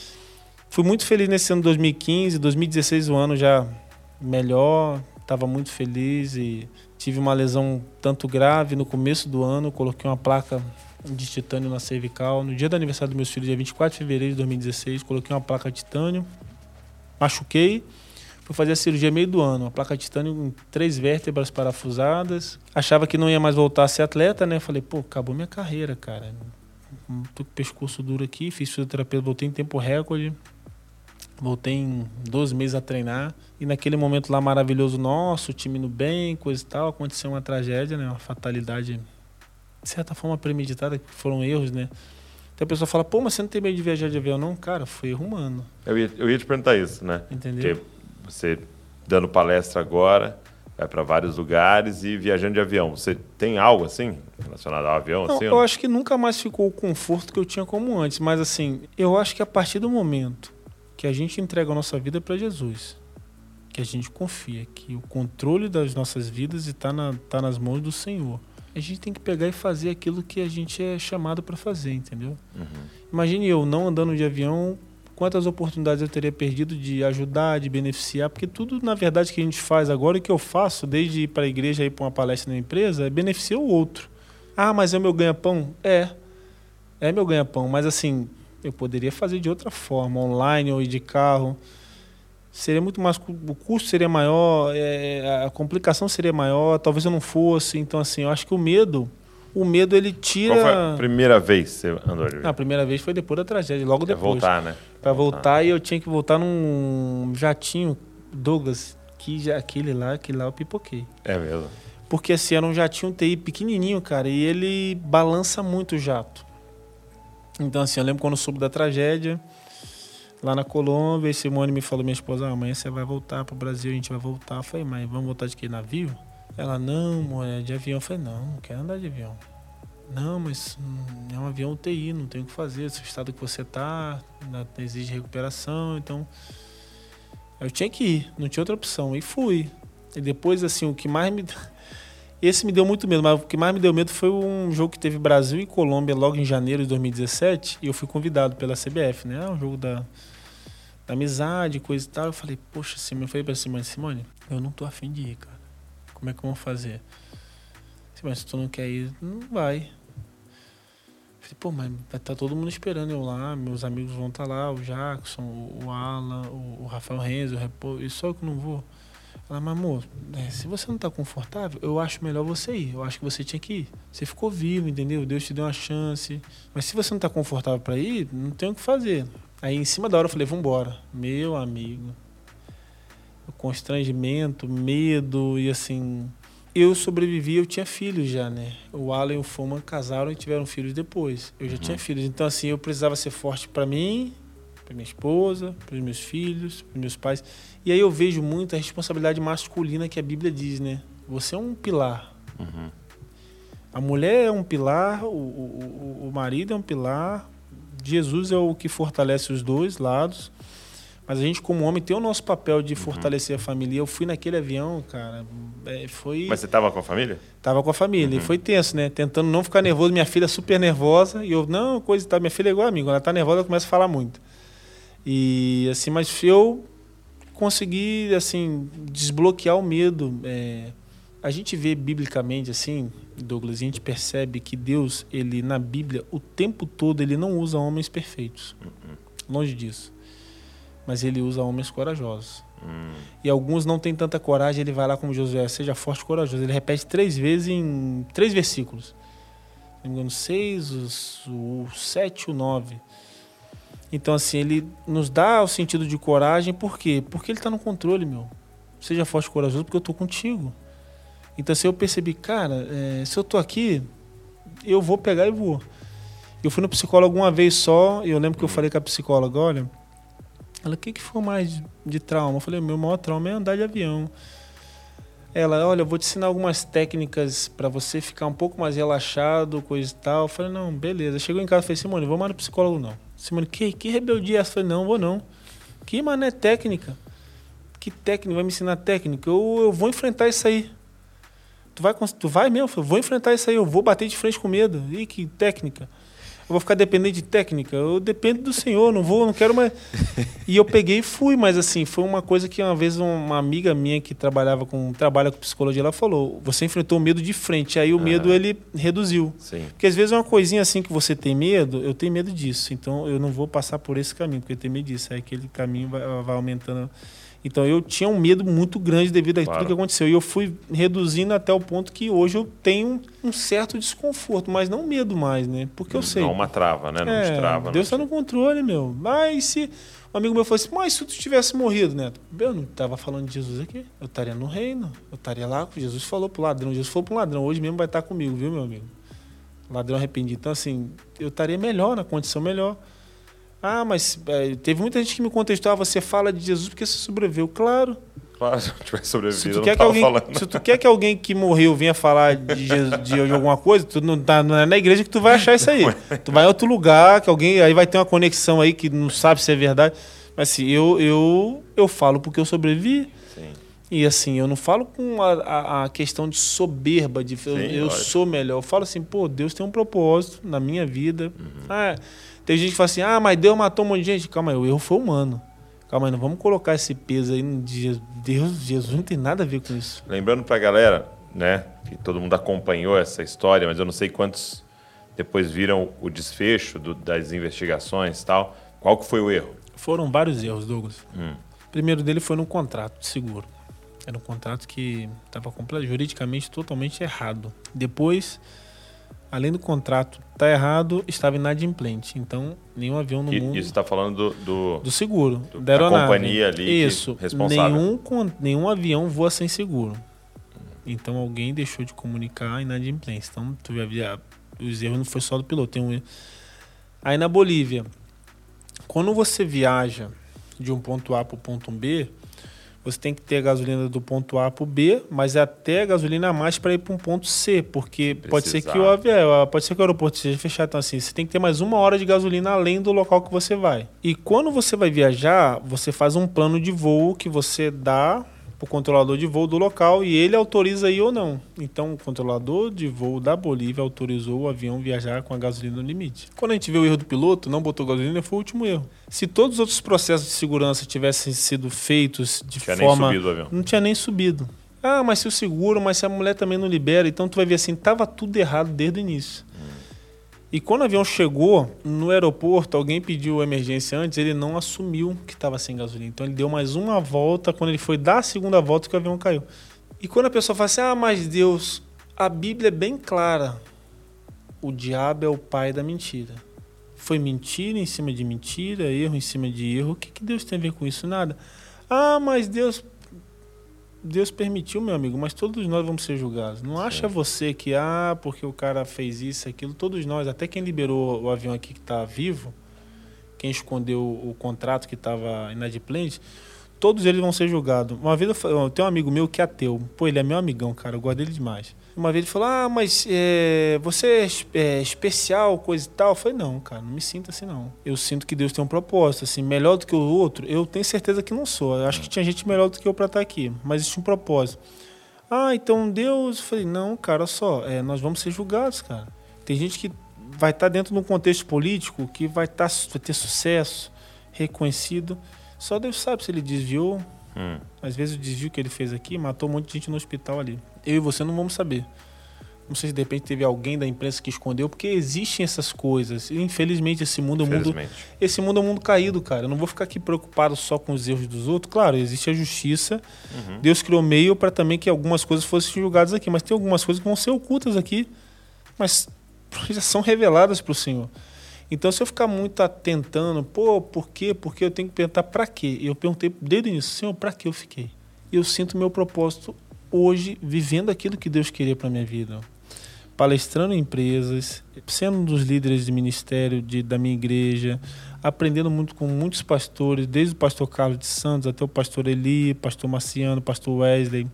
S3: fui muito feliz nesse ano de dois mil e quinze. dois mil e dezesseis, o ano já melhor. Estava muito feliz e tive uma lesão tanto grave no começo do ano. Coloquei uma placa de titânio na cervical. No dia do aniversário dos meus filhos, dia vinte e quatro de fevereiro de dois mil e dezesseis, coloquei uma placa de titânio. Machuquei. Fui fazer a cirurgia meio do ano. Uma placa de titânio com três vértebras parafusadas. Achava que não ia mais voltar a ser atleta, né? Falei, pô, acabou minha carreira, cara. Tô com o pescoço duro aqui. Fiz fisioterapia, voltei em tempo recorde. Voltei em doze meses a treinar. E naquele momento lá maravilhoso nosso, o time no bem, coisa e tal, aconteceu uma tragédia, né? Uma fatalidade de certa forma, premeditada, que foram erros, né? Então a pessoa fala, pô, mas você não tem medo de viajar de avião? Não, cara, foi erro humano.
S2: Eu ia, eu ia te perguntar isso, né?
S3: Entendeu?
S2: Porque você, dando palestra agora, vai para vários lugares e viajando de avião. Você tem algo assim, relacionado ao avião?
S3: Não,
S2: assim,
S3: eu acho que nunca mais ficou o conforto que eu tinha como antes. Mas, assim, eu acho que a partir do momento que a gente entrega a nossa vida para Jesus, que a gente confia que o controle das nossas vidas está na, tá nas mãos do Senhor, a gente tem que pegar e fazer aquilo que a gente é chamado para fazer, entendeu? Uhum. Imagine eu não andando de avião, quantas oportunidades eu teria perdido de ajudar, de beneficiar, porque tudo, na verdade, que a gente faz agora, o que eu faço, desde ir para a igreja e ir para uma palestra na empresa, é beneficiar o outro. Ah, mas é meu ganha-pão? É, é meu ganha-pão, mas assim, eu poderia fazer de outra forma, online ou ir de carro. Seria muito mais, o custo seria maior, é, a complicação seria maior, talvez eu não fosse. Então, assim, eu acho que o medo, o medo ele tira...
S2: Qual foi a primeira vez que você andou de avião?
S3: A primeira vez foi depois da tragédia, logo depois.
S2: É voltar, né?
S3: Para voltar. voltar, e eu tinha que voltar num jatinho Douglas, que já, aquele lá, aquele lá eu pipoquei.
S2: É mesmo?
S3: Porque assim, era um jatinho T I pequenininho, cara, e ele balança muito o jato. Então, assim, eu lembro quando eu soube da tragédia... Lá na Colômbia, e Simone me falou, minha esposa, ah, amanhã você vai voltar pro Brasil, a gente vai voltar. Eu falei, mas vamos voltar de que? Navio? Ela, não, mulher, de avião. Eu falei, não, não quero andar de avião. Não, mas hum, é um avião U T I, não tem o que fazer. O estado que você tá, exige recuperação, então... Eu tinha que ir, não tinha outra opção. E fui. E depois, assim, o que mais me... Esse me deu muito medo, mas o que mais me deu medo foi um jogo que teve Brasil e Colômbia logo em janeiro de dois mil e dezessete, e eu fui convidado pela C B F, né? Um jogo da... da amizade, coisa e tal. Eu falei, poxa, Simone, eu falei pra Simone, Simone, eu não tô afim de ir, cara. Como é que vamos fazer? Simone, se tu não quer ir, não vai. Eu falei, pô, mas vai estar todo mundo esperando eu lá, meus amigos vão estar lá, o Jackson, o Alan, o Rafael Renzo, o Repo, e só que eu não vou. Ela, mas amor, é, se você não tá confortável, eu acho melhor você ir. Eu acho que você tinha que ir. Você ficou vivo, entendeu? Deus te deu uma chance. Mas se você não tá confortável para ir, não tem o que fazer. Aí, em cima da hora, eu falei, vambora. Meu amigo. O constrangimento, medo e assim... Eu sobrevivi, eu tinha filhos já, né? O Alan e o Foman casaram e tiveram filhos depois. Eu já uhum. tinha filhos. Então, assim, eu precisava ser forte para mim, para minha esposa, para os meus filhos, para os meus pais. E aí eu vejo muito a responsabilidade masculina que a Bíblia diz, né? Você é um pilar. Uhum. A mulher é um pilar, o, o, o marido é um pilar... Jesus é o que fortalece os dois lados, mas a gente como homem tem o nosso papel de fortalecer uhum. a família. Eu fui naquele avião, cara, é, foi...
S2: Mas você estava com a família?
S3: Tava com a família, uhum. e foi tenso, né? Tentando não ficar nervoso, minha filha super nervosa, e eu, não, coisa e tal, minha filha é igual a mim, quando ela tá nervosa ela começa a falar muito. E assim, mas eu consegui, assim, desbloquear o medo. É... A gente vê biblicamente, assim, Douglas, a gente percebe que Deus, ele na Bíblia, o tempo todo, ele não usa homens perfeitos. Uhum. Longe disso. Mas ele usa homens corajosos. Uhum. E alguns não têm tanta coragem, ele vai lá como Josué, seja forte e corajoso. Ele repete três vezes em três versículos. Se não me engano, seis, o sete, o nove. Então, assim, ele nos dá o sentido de coragem, por quê? Porque ele está no controle, meu. Seja forte e corajoso, porque eu estou contigo. Então, assim, eu percebi, cara, é, se eu tô aqui, eu vou pegar e vou. Eu fui no psicólogo uma vez só, e eu lembro que eu falei com a psicóloga, olha, ela, o que, que foi mais de, de trauma? Eu falei, meu maior trauma é andar de avião. Ela, olha, eu vou te ensinar algumas técnicas para você ficar um pouco mais relaxado, coisa e tal. Eu falei, não, beleza. Chegou em casa e falei, Simone, vou mais no psicólogo, não. Simone, que, que rebeldia é essa? Eu falei, não, vou não. Que mané técnica? Que técnica? Vai me ensinar técnica? Eu, eu vou enfrentar isso aí. Tu vai, tu vai mesmo? Eu vou enfrentar isso aí, eu vou bater de frente com medo. Ih, que técnica. Eu vou ficar dependente de técnica. Eu dependo do Senhor, não vou, não quero mais. E eu peguei e fui, mas assim, foi uma coisa que uma vez uma amiga minha que trabalhava com, trabalha com psicologia, ela falou, você enfrentou o medo de frente, aí o ah, medo ele reduziu. Sim. Porque às vezes é uma coisinha assim que você tem medo, eu tenho medo disso, então eu não vou passar por esse caminho, porque eu tenho medo disso. Aí aquele caminho vai, vai aumentando. Então eu tinha um medo muito grande devido a claro. tudo que aconteceu. E eu fui reduzindo até o ponto que hoje eu tenho um certo desconforto, mas não medo mais, né? Porque eu sei.
S2: Não uma trava, né? Não
S3: é,
S2: te trava.
S3: Deus está no controle, meu. Mas se um amigo meu falou assim, mas se tu tivesse morrido, Neto? Eu não estava falando de Jesus aqui. Eu estaria no reino. Eu estaria lá. Jesus falou pro ladrão. Jesus falou pro ladrão. Hoje mesmo vai estar comigo, viu, meu amigo? ladrão arrependido. Então, assim, eu estaria melhor, na condição melhor. Ah, mas é, teve muita gente que me contestou, ah, você fala de Jesus porque você sobreviveu. Claro.
S2: Claro, se eu tivesse sobrevivido,
S3: Se tu,
S2: eu não
S3: quer que
S2: tava
S3: alguém,
S2: falando.
S3: se tu quer que alguém que morreu venha falar de, Jesus, de, de alguma coisa, tu não tá não é na igreja que tu vai achar isso aí. Tu vai em outro lugar, que alguém aí vai ter uma conexão aí que não sabe se é verdade. Mas assim, eu, eu, eu falo porque eu sobrevivi.
S2: Sim.
S3: E assim, eu não falo com a, a, a questão de soberba, de eu, eu sou melhor. Eu falo assim, pô, Deus tem um propósito na minha vida. Uhum. Ah, tem gente que fala assim, ah, mas Deus matou um monte de gente. Calma aí, o erro foi humano. Calma aí, não vamos colocar esse peso aí de Deus, Jesus não tem nada a ver com isso.
S2: Lembrando pra galera, né, que todo mundo acompanhou essa história, mas eu não sei quantos depois viram o desfecho do, das investigações e tal. Qual que foi o erro?
S3: Foram vários erros, Douglas.
S2: Hum.
S3: O primeiro dele foi no contrato de seguro. Era um contrato que estava juridicamente totalmente errado. Depois, além do contrato estar errado, estava inadimplente. Então, nenhum avião no
S2: e,
S3: mundo...
S2: Isso está falando do... Do,
S3: do seguro,
S2: do,
S3: da aeronave.
S2: Da companhia ali
S3: Isso.
S2: responsável.
S3: Nenhum, nenhum avião voa sem seguro. Então, alguém deixou de comunicar a inadimplência. Então, tu já via, os erros não foi só do piloto. Tem um... Aí, na Bolívia, quando você viaja de um ponto A para o ponto B... Você tem que ter a gasolina do ponto A para o B, mas é até a gasolina a mais para ir para um ponto C, porque Precisar. pode ser que o avião, pode ser que o aeroporto esteja fechado. Então, assim, você tem que ter mais uma hora de gasolina além do local que você vai. E quando você vai viajar, você faz um plano de voo que você dá para o controlador de voo do local e ele autoriza ir ou não. Então, o controlador de voo da Bolívia autorizou o avião viajar com a gasolina no limite. Quando a gente vê o erro do piloto, não botou gasolina, foi o último erro. Se todos os outros processos de segurança tivessem sido feitos de
S2: tinha
S3: forma...
S2: Nem subido o avião.
S3: Não tinha nem subido. Ah, mas se o seguro, mas se a mulher também não libera, então tu vai ver assim, tava tudo errado desde o início. Hum. E quando o avião chegou no aeroporto, alguém pediu emergência antes, ele não assumiu que estava sem gasolina. Então ele deu mais uma volta, quando ele foi dar a segunda volta que o avião caiu. E quando a pessoa fala assim, ah, mas Deus, a Bíblia é bem clara. O diabo é o pai da mentira. Foi mentira em cima de mentira, erro em cima de erro. O que, que Deus tem a ver com isso? Nada. Ah, mas Deus... Deus permitiu, meu amigo, mas todos nós vamos ser julgados. Não Sim. acha você que, ah, porque o cara fez isso, aquilo, todos nós, até quem liberou o avião aqui que está vivo, quem escondeu o contrato que estava inadimplente, todos eles vão ser julgados. Uma vez eu, eu tenho um amigo meu que é ateu, pô, ele é meu amigão, cara, eu gosto dele demais. Uma vez ele falou, ah, mas é, você é, é especial, coisa e tal. Eu falei, não, cara, não me sinto assim, não. Eu sinto que Deus tem um propósito, assim, melhor do que o outro, eu tenho certeza que não sou. Eu acho que tinha gente melhor do que eu pra estar aqui, mas existe um propósito. Ah, então Deus... Eu falei, não, cara, olha só, é, nós vamos ser julgados, cara. Tem gente que vai estar dentro de um contexto político que vai, estar, vai ter sucesso, reconhecido. Só Deus sabe se ele desviou. Hum. Às vezes o desvio que ele fez aqui matou um monte de gente no hospital ali. Eu e você não vamos saber. Não sei se de repente teve alguém da imprensa que escondeu, porque existem essas coisas. E, infelizmente, esse mundo é um mundo, esse mundo é um mundo caído, cara. Eu não vou ficar aqui preocupado só com os erros dos outros. Claro, existe a justiça. Uhum. Deus criou meio para também que algumas coisas fossem julgadas aqui. Mas tem algumas coisas que vão ser ocultas aqui, mas já são reveladas para o Senhor. Então, se eu ficar muito atentando, pô, por quê? Porque eu tenho que perguntar para quê? E eu perguntei desde o início, Senhor, para que eu fiquei? E eu sinto meu propósito hoje, vivendo aquilo que Deus queria para minha vida. Palestrando em empresas, sendo um dos líderes de ministério de, da minha igreja, aprendendo muito com muitos pastores, desde o pastor Carlos de Santos até o pastor Eli, pastor Marciano, pastor Wesley,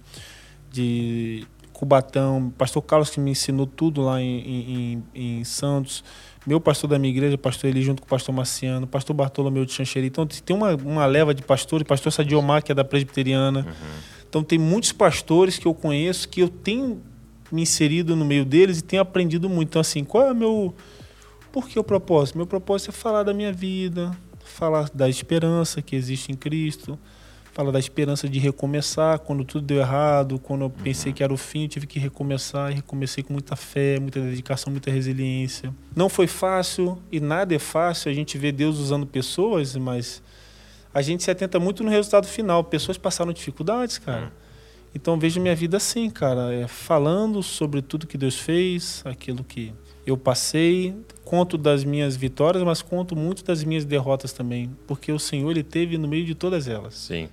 S3: de Cubatão, pastor Carlos que me ensinou tudo lá em, em, em Santos, meu pastor da minha igreja, pastor Eli, junto com o pastor Marciano, pastor Bartolomeu de Xanxerê. Então tem uma, uma leva de pastores, pastor Sadiomar, que é da presbiteriana. Uhum. Então tem muitos pastores que eu conheço, que eu tenho me inserido no meio deles e tenho aprendido muito. Então assim, qual é o meu... Por que o propósito? Meu propósito é falar da minha vida, falar da esperança que existe em Cristo, falar da esperança de recomeçar quando tudo deu errado, quando eu pensei que era o fim, eu tive que recomeçar e recomecei com muita fé, muita dedicação, muita resiliência. Não foi fácil e nada é fácil, a gente vê Deus usando pessoas, mas a gente se atenta muito no resultado final. Pessoas passaram dificuldades, cara. Então vejo minha vida assim, cara, é, falando sobre tudo que Deus fez, aquilo que eu passei, conto das minhas vitórias, mas conto muito das minhas derrotas também, porque o Senhor, Ele esteve no meio de todas elas.
S2: Sim.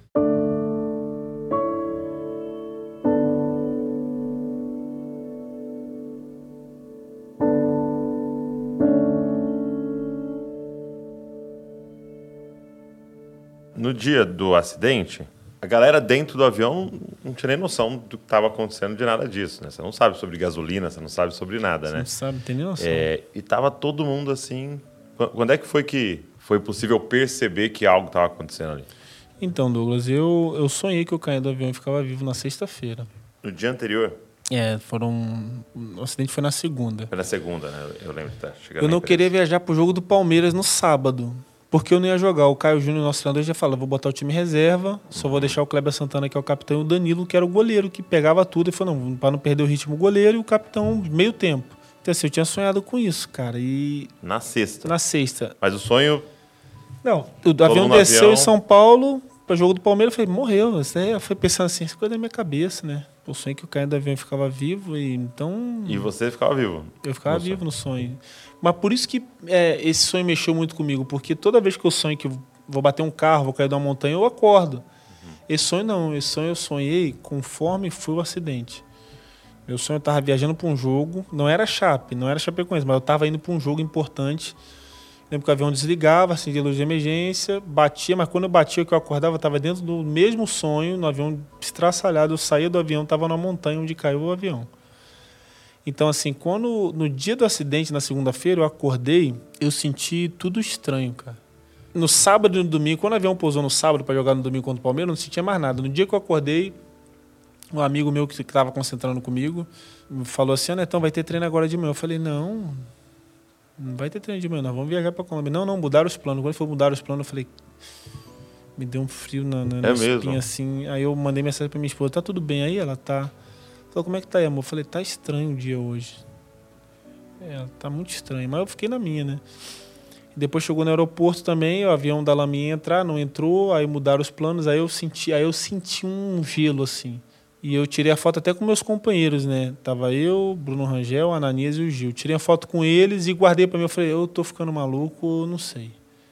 S2: No dia do acidente, a galera dentro do avião não tinha nem noção do que estava acontecendo, de nada disso, né? Você não sabe sobre gasolina, você não sabe sobre nada,
S3: Você
S2: né?
S3: não sabe, não tem nem noção.
S2: É, e tava todo mundo assim... Quando é que foi que foi possível perceber que algo estava acontecendo ali?
S3: Então, Douglas, eu, eu sonhei que eu caía do avião e ficava vivo na sexta-feira.
S2: No dia anterior?
S3: É, foram... O acidente foi na segunda.
S2: Foi na segunda, né? Eu lembro que tá chegando.
S3: Eu não queria viajar pro jogo do Palmeiras no sábado, porque eu não ia jogar. O Caio Júnior, nosso treinador, já falou, vou botar o time reserva, só vou deixar o Kleber Santana, que é o capitão, e o Danilo, que era o goleiro, que pegava tudo. E falou, não, para não perder o ritmo, o goleiro e o capitão meio tempo. Então, assim, eu tinha sonhado com isso, cara. E...
S2: Na sexta.
S3: Na sexta.
S2: Mas o sonho...
S3: Não, o avião desceu
S2: avião.
S3: em São Paulo para jogo do Palmeiras. Eu falei, morreu. Eu fui pensando assim, isso coisa da minha cabeça, né? Eu sonhei que eu caía do avião e ficava vivo, e então...
S2: E você ficava vivo?
S3: Eu ficava
S2: no
S3: vivo
S2: sonho.
S3: no sonho. Mas por isso que é, esse sonho mexeu muito comigo, porque toda vez que eu sonho que eu vou bater um carro, vou cair de uma montanha, eu acordo. Uhum. Esse sonho não, esse sonho eu sonhei conforme foi o acidente. Meu sonho, eu estava viajando para um jogo, não era Chape, não era Chapecoense, mas eu estava indo para um jogo importante. Lembro que o avião desligava, acendia a luz de emergência, batia, mas quando eu batia, que eu acordava, eu estava dentro do mesmo sonho, no avião estraçalhado, eu saía do avião, estava na montanha onde caiu o avião. Então, assim, quando no dia do acidente, na segunda-feira, eu acordei, eu senti tudo estranho, cara. No sábado e no domingo, quando o avião pousou no sábado para jogar no domingo contra o Palmeiras, eu não sentia mais nada. No dia que eu acordei, um amigo meu que estava concentrando comigo me falou assim, ah, Netão, vai ter treino agora de manhã. Eu falei, não, não vai ter treino de manhã, nós vamos viajar para a Colômbia. Não, não, mudaram os planos. Quando foi mudar os planos, eu falei, me deu um frio na, na,
S2: é
S3: na espinha, assim. Aí eu mandei mensagem para minha esposa, tá tudo bem aí? Ela tá... Falou, como é que tá aí, amor? Eu falei, tá estranho o dia hoje. É, tá muito estranho. Mas eu fiquei na minha, né? Depois chegou no aeroporto também, o avião da Laminha ia entrar, não entrou, aí mudaram os planos, aí eu senti, aí eu senti um gelo, assim. E eu tirei a foto até com meus companheiros, né? Tava eu, Bruno Rangel, Ananias e o Gil. Tirei a foto com eles e guardei para mim. Eu falei, eu tô ficando maluco, eu não sei.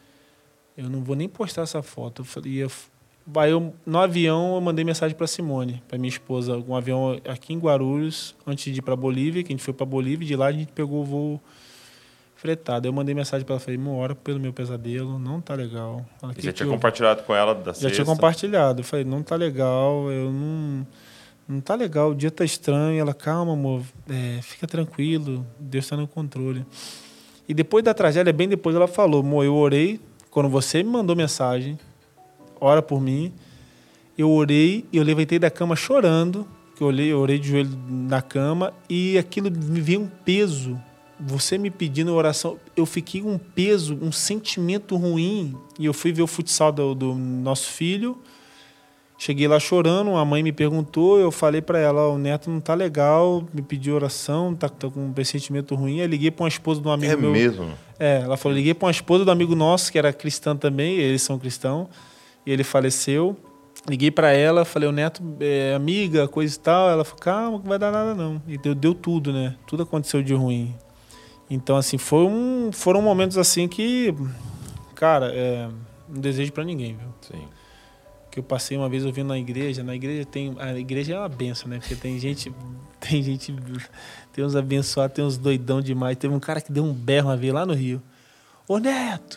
S3: Eu não vou nem postar essa foto. Eu falei, eu... Aí eu, no avião eu mandei mensagem para Simone, para minha esposa, um avião aqui em Guarulhos, antes de ir para Bolívia, que a gente foi para Bolívia, e de lá a gente pegou o voo fretado. Eu mandei mensagem para ela, falei, uma hora pelo meu pesadelo, não tá legal. Ela,
S2: e
S3: que
S2: já
S3: que
S2: tinha
S3: eu...
S2: compartilhado com ela da
S3: Já
S2: sexta?
S3: tinha compartilhado. Eu falei, não tá legal, eu não... Não tá legal, o dia tá estranho. Ela, calma, amor, é, fica tranquilo, Deus tá no controle. E depois da tragédia, bem depois, ela falou, amor, eu orei, quando você me mandou mensagem, ora por mim, eu orei e eu levantei da cama chorando, que eu olhei, eu orei de joelho na cama e aquilo me veio um peso. Você me pedindo oração, eu fiquei com um peso, um sentimento ruim. E eu fui ver o futsal do, do nosso filho. Cheguei lá chorando, a mãe me perguntou, eu falei para ela, oh, o neto não tá legal, me pediu oração, tá, tá com um pressentimento ruim. Eu liguei para uma esposa de um amigo
S2: é
S3: meu.
S2: É mesmo?
S3: É, ela falou, liguei para uma esposa do amigo nosso, que era cristã também, eles são cristãos, e ele faleceu. Liguei para ela, falei, o neto é amiga, coisa e tal. Ela falou, calma, não vai dar nada não. E deu, deu tudo, né? Tudo aconteceu de ruim. Então, assim, foi um, foram momentos assim que, cara, é, não desejo para ninguém, viu?
S2: Sim.
S3: Que eu passei uma vez ouvindo na igreja. Na igreja tem... A igreja é uma benção, né? Porque tem gente... Tem gente... Tem uns abençoados, tem uns doidão demais. Teve um cara que deu um berro uma vez lá no Rio. Ô, Neto,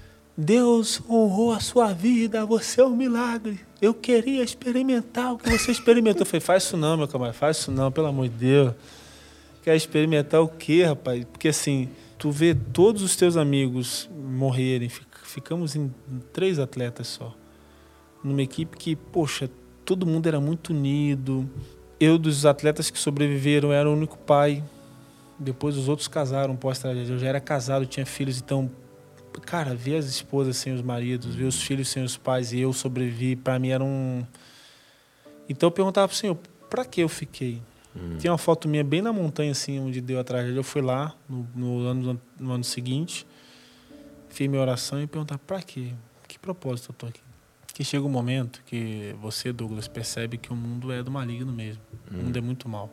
S3: Deus honrou a sua vida, você é um milagre. Eu queria experimentar o que você experimentou. Eu falei, faz isso não, meu camarada, faz isso não, pelo amor de Deus. Quer experimentar o quê, rapaz? Porque assim, tu vê todos os teus amigos morrerem, ficamos em três atletas só. Numa equipe que, poxa, todo mundo era muito unido. Eu, dos atletas que sobreviveram, era o único pai. Depois os outros casaram pós-tragédia. Eu já era casado, tinha filhos, então... Cara, ver as esposas sem os maridos, ver os filhos sem os pais e eu sobrevivi, para mim era um... Então eu perguntava pro Senhor, para que eu fiquei? Hum. Tinha uma foto minha bem na montanha, assim, onde deu a tragédia. Eu fui lá no, no, ano, no ano seguinte, fiz minha oração e perguntava, para quê? Que propósito eu tô aqui? Que chega um momento que você, Douglas, percebe que o mundo é do maligno mesmo. Hum. O mundo é muito mal.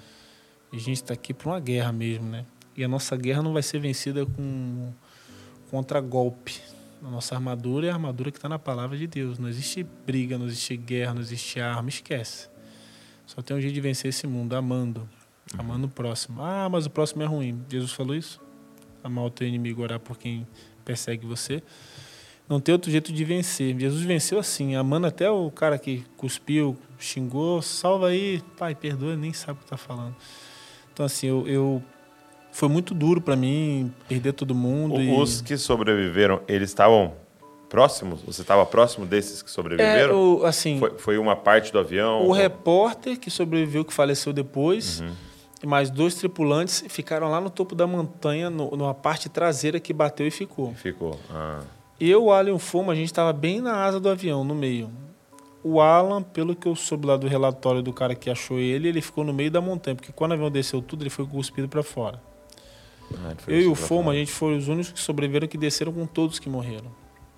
S3: E a gente está aqui por uma guerra mesmo, né? E a nossa guerra não vai ser vencida com contra-golpe. A nossa armadura é a armadura que está na palavra de Deus. Não existe briga, não existe guerra, não existe arma. Esquece. Só tem um jeito de vencer esse mundo, amando. Uhum. Amando o próximo. Ah, mas o próximo é ruim. Jesus falou isso? Amar o teu inimigo, orar por quem persegue você. Não tem outro jeito de vencer. Jesus venceu assim, amando até o cara que cuspiu, xingou, salva aí, pai, perdoa, nem sabe o que está falando. Então, assim, eu, eu foi muito duro para mim perder todo mundo.
S2: Os
S3: e...
S2: que sobreviveram, eles estavam próximos? Você estava próximo desses que sobreviveram?
S3: É, o, assim,
S2: foi, foi uma parte do avião?
S3: O
S2: ou...
S3: repórter que sobreviveu, que faleceu depois,
S2: Uhum.
S3: e mais dois tripulantes ficaram lá no topo da montanha, no, numa parte traseira que bateu e ficou.
S2: Ficou. Ah.
S3: Eu, o Alan e o Foma, a gente estava bem na asa do avião, no meio. O Alan, pelo que eu soube lá do relatório do cara que achou ele, ele ficou no meio da montanha, porque quando o avião desceu tudo, ele foi cuspido para fora. Ah, eu e o Foma, a gente foi os únicos que sobreviveram, que desceram com todos que morreram.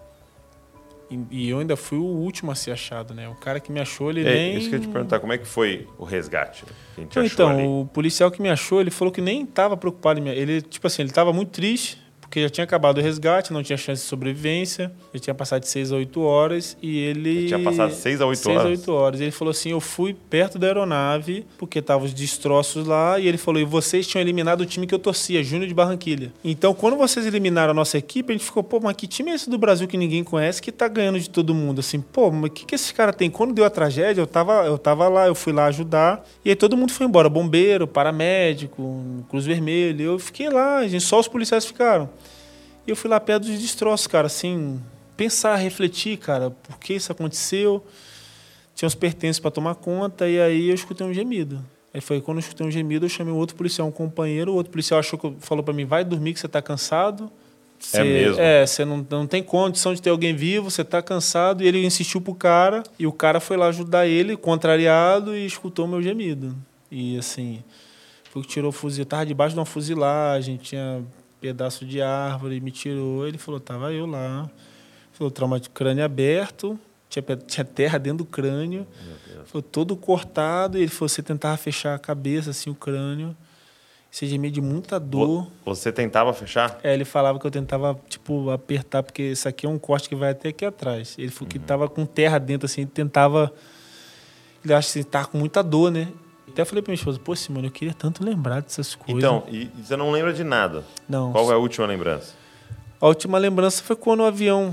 S3: E, e eu ainda fui o último a ser achado, né? O cara que me achou, ele
S2: é,
S3: nem...
S2: Isso que eu ia te perguntar, como é que foi o resgate? Que a gente
S3: então,
S2: achou ali?
S3: o policial que me achou, ele falou que nem estava preocupado em me... Ele, tipo assim, ele estava muito triste, porque já tinha acabado o resgate, não tinha chance de sobrevivência, ele tinha passado de seis a oito horas e ele...
S2: Ele tinha passado de seis a oito horas?
S3: seis a oito horas. Ele falou assim, eu fui perto da aeronave, porque estavam os destroços lá, e ele falou, e vocês tinham eliminado o time que eu torcia, Júnior de Barranquilha. Então, quando vocês eliminaram a nossa equipe, a gente ficou, pô, mas que time é esse do Brasil que ninguém conhece, que tá ganhando de todo mundo? Assim, pô, mas o que, que esse cara tem? Quando deu a tragédia, eu tava, eu tava lá, eu fui lá ajudar, e aí todo mundo foi embora, bombeiro, paramédico, Cruz Vermelha, eu fiquei lá, a gente, só os policiais ficaram. E eu fui lá perto dos destroços, cara, assim, pensar, refletir, cara, por que isso aconteceu? Tinha os pertences para tomar conta, e aí eu escutei um gemido. Aí foi quando eu escutei um gemido, eu chamei um outro policial, um companheiro, o outro policial achou que falou para mim, vai dormir que você está cansado. Você,
S2: é mesmo?
S3: É, você não, não tem condição de ter alguém vivo, você está cansado. E ele insistiu pro cara, e o cara foi lá ajudar ele, contrariado, e escutou o meu gemido. E assim, foi que tirou o fuzil, estava debaixo de uma fuzilagem, tinha... pedaço de árvore, me tirou. Ele falou, tava eu lá. Falou, trauma de crânio aberto, tinha, tinha terra dentro do crânio. Falou, todo cortado. E ele falou, você tentava fechar a cabeça, assim, o crânio. Você gemia de muita dor.
S2: Você tentava fechar?
S3: É, ele falava que eu tentava, tipo, apertar, porque isso aqui é um corte que vai até aqui atrás. Ele falou uhum. que tava com terra dentro, assim, ele tentava... Ele acha que tava com muita dor, né? Até falei pra minha esposa, pô, Simone, eu queria tanto lembrar dessas coisas.
S2: Então, e você não lembra de nada?
S3: Não.
S2: Qual é a última lembrança?
S3: A última lembrança foi quando o avião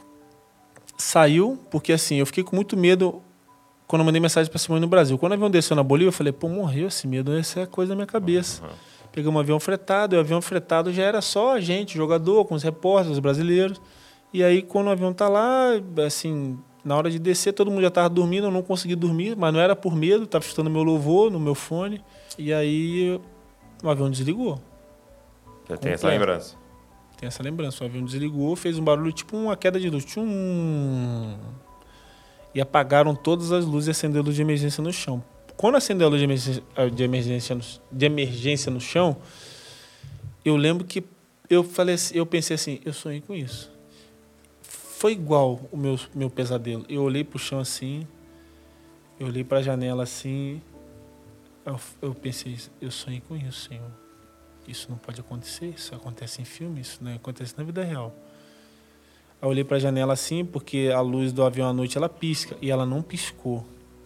S3: saiu, porque assim, eu fiquei com muito medo quando eu mandei mensagem pra Simone no Brasil. Quando o avião desceu na Bolívia, eu falei, pô, morreu esse medo, essa é a coisa da minha cabeça. Uhum. Pegamos um avião fretado, e o avião fretado já era só a gente, jogador, com os repórteres, os brasileiros. E aí, quando o avião tá lá, assim... Na hora de descer, todo mundo já estava dormindo, eu não consegui dormir, mas não era por medo, estava escutando meu louvor no meu fone. E aí o avião desligou.
S2: Já tem essa lembrança?
S3: Tem essa lembrança. O avião desligou, fez um barulho tipo uma queda de luz. Tchum, e apagaram todas as luzes e acendeu a luz de emergência no chão. Quando acendeu a luz de emergência, de emergência, no, de emergência no chão, eu lembro que eu, falei assim, eu pensei assim, eu sonhei com isso. Foi igual o meu, meu pesadelo. Eu olhei para o chão assim, eu olhei para a janela assim, eu, eu pensei, eu sonhei com isso, Senhor. Isso não pode acontecer, isso acontece em filme, isso não acontece na vida real. Eu olhei para a janela assim, porque a luz do avião à noite ela pisca, e ela não piscou.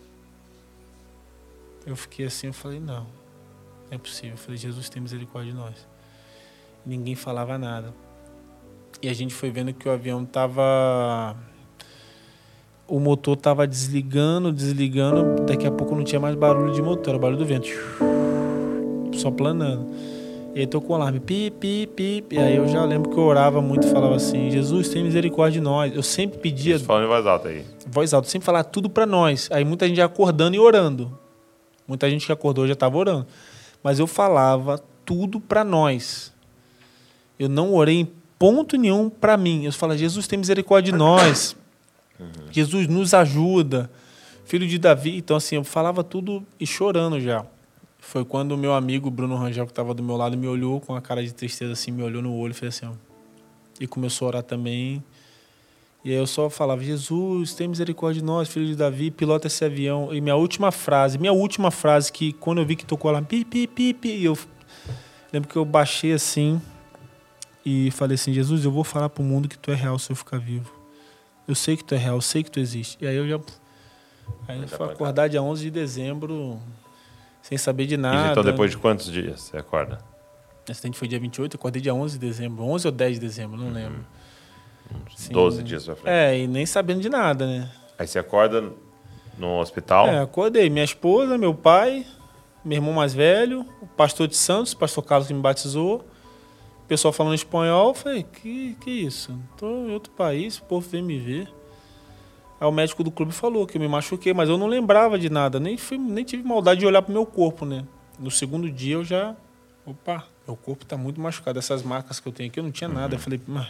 S3: Eu fiquei assim, eu falei, não, não é possível. Eu falei, Jesus, tem misericórdia de nós. Ninguém falava nada. E a gente foi vendo que o avião estava... O motor estava desligando, desligando. Daqui a pouco não tinha mais barulho de motor, era barulho do vento. Só planando. E aí tocou o alarme. Pi, pi, pi. E aí eu já lembro que eu orava muito e falava assim, Jesus, tem misericórdia de nós. Eu sempre pedia...
S2: Você falando em voz alta aí.
S3: Voz alta. Sempre falava tudo para nós. Aí muita gente já acordando e orando. Muita gente que acordou já estava orando. Mas eu falava tudo para nós. Eu não orei em ponto nenhum para mim. Eu falo, Jesus, tem misericórdia de nós. Uhum. Jesus, nos ajuda. Filho de Davi. Então, assim, eu falava tudo e chorando já. Foi quando o meu amigo Bruno Rangel, que estava do meu lado, me olhou com a cara de tristeza, assim, me olhou no olho e fez assim, ó. E começou a orar também. E aí eu só falava, Jesus, tem misericórdia de nós, filho de Davi, pilota esse avião. E minha última frase, minha última frase, que quando eu vi que tocou lá, pi, pi, pi, pi, e eu lembro que eu baixei assim, e falei assim, Jesus, eu vou falar pro mundo que tu é real se eu ficar vivo. Eu sei que tu é real, eu sei que tu existe. E aí eu já... Aí eu fui acordar dia onze de dezembro, sem saber de nada.
S2: E então depois de quantos dias você acorda?
S3: O acidente foi dia vinte e oito, eu acordei dia onze de dezembro. onze ou dez de dezembro, não uhum. lembro.
S2: Uns doze dias pra frente.
S3: É, e nem sabendo de nada, né?
S2: Aí você acorda no hospital?
S3: É, acordei. Minha esposa, meu pai, meu irmão mais velho, o pastor de Santos, o pastor Carlos que me batizou, o pessoal falando espanhol. Eu falei, que, que isso? Tô em outro país, o povo vem me ver. Aí o médico do clube falou que eu me machuquei, mas eu não lembrava de nada, nem, fui, nem tive maldade de olhar pro meu corpo, né? No segundo dia eu já... Opa, meu corpo tá muito machucado. Essas marcas que eu tenho aqui, eu não tinha nada. Eu falei, mas...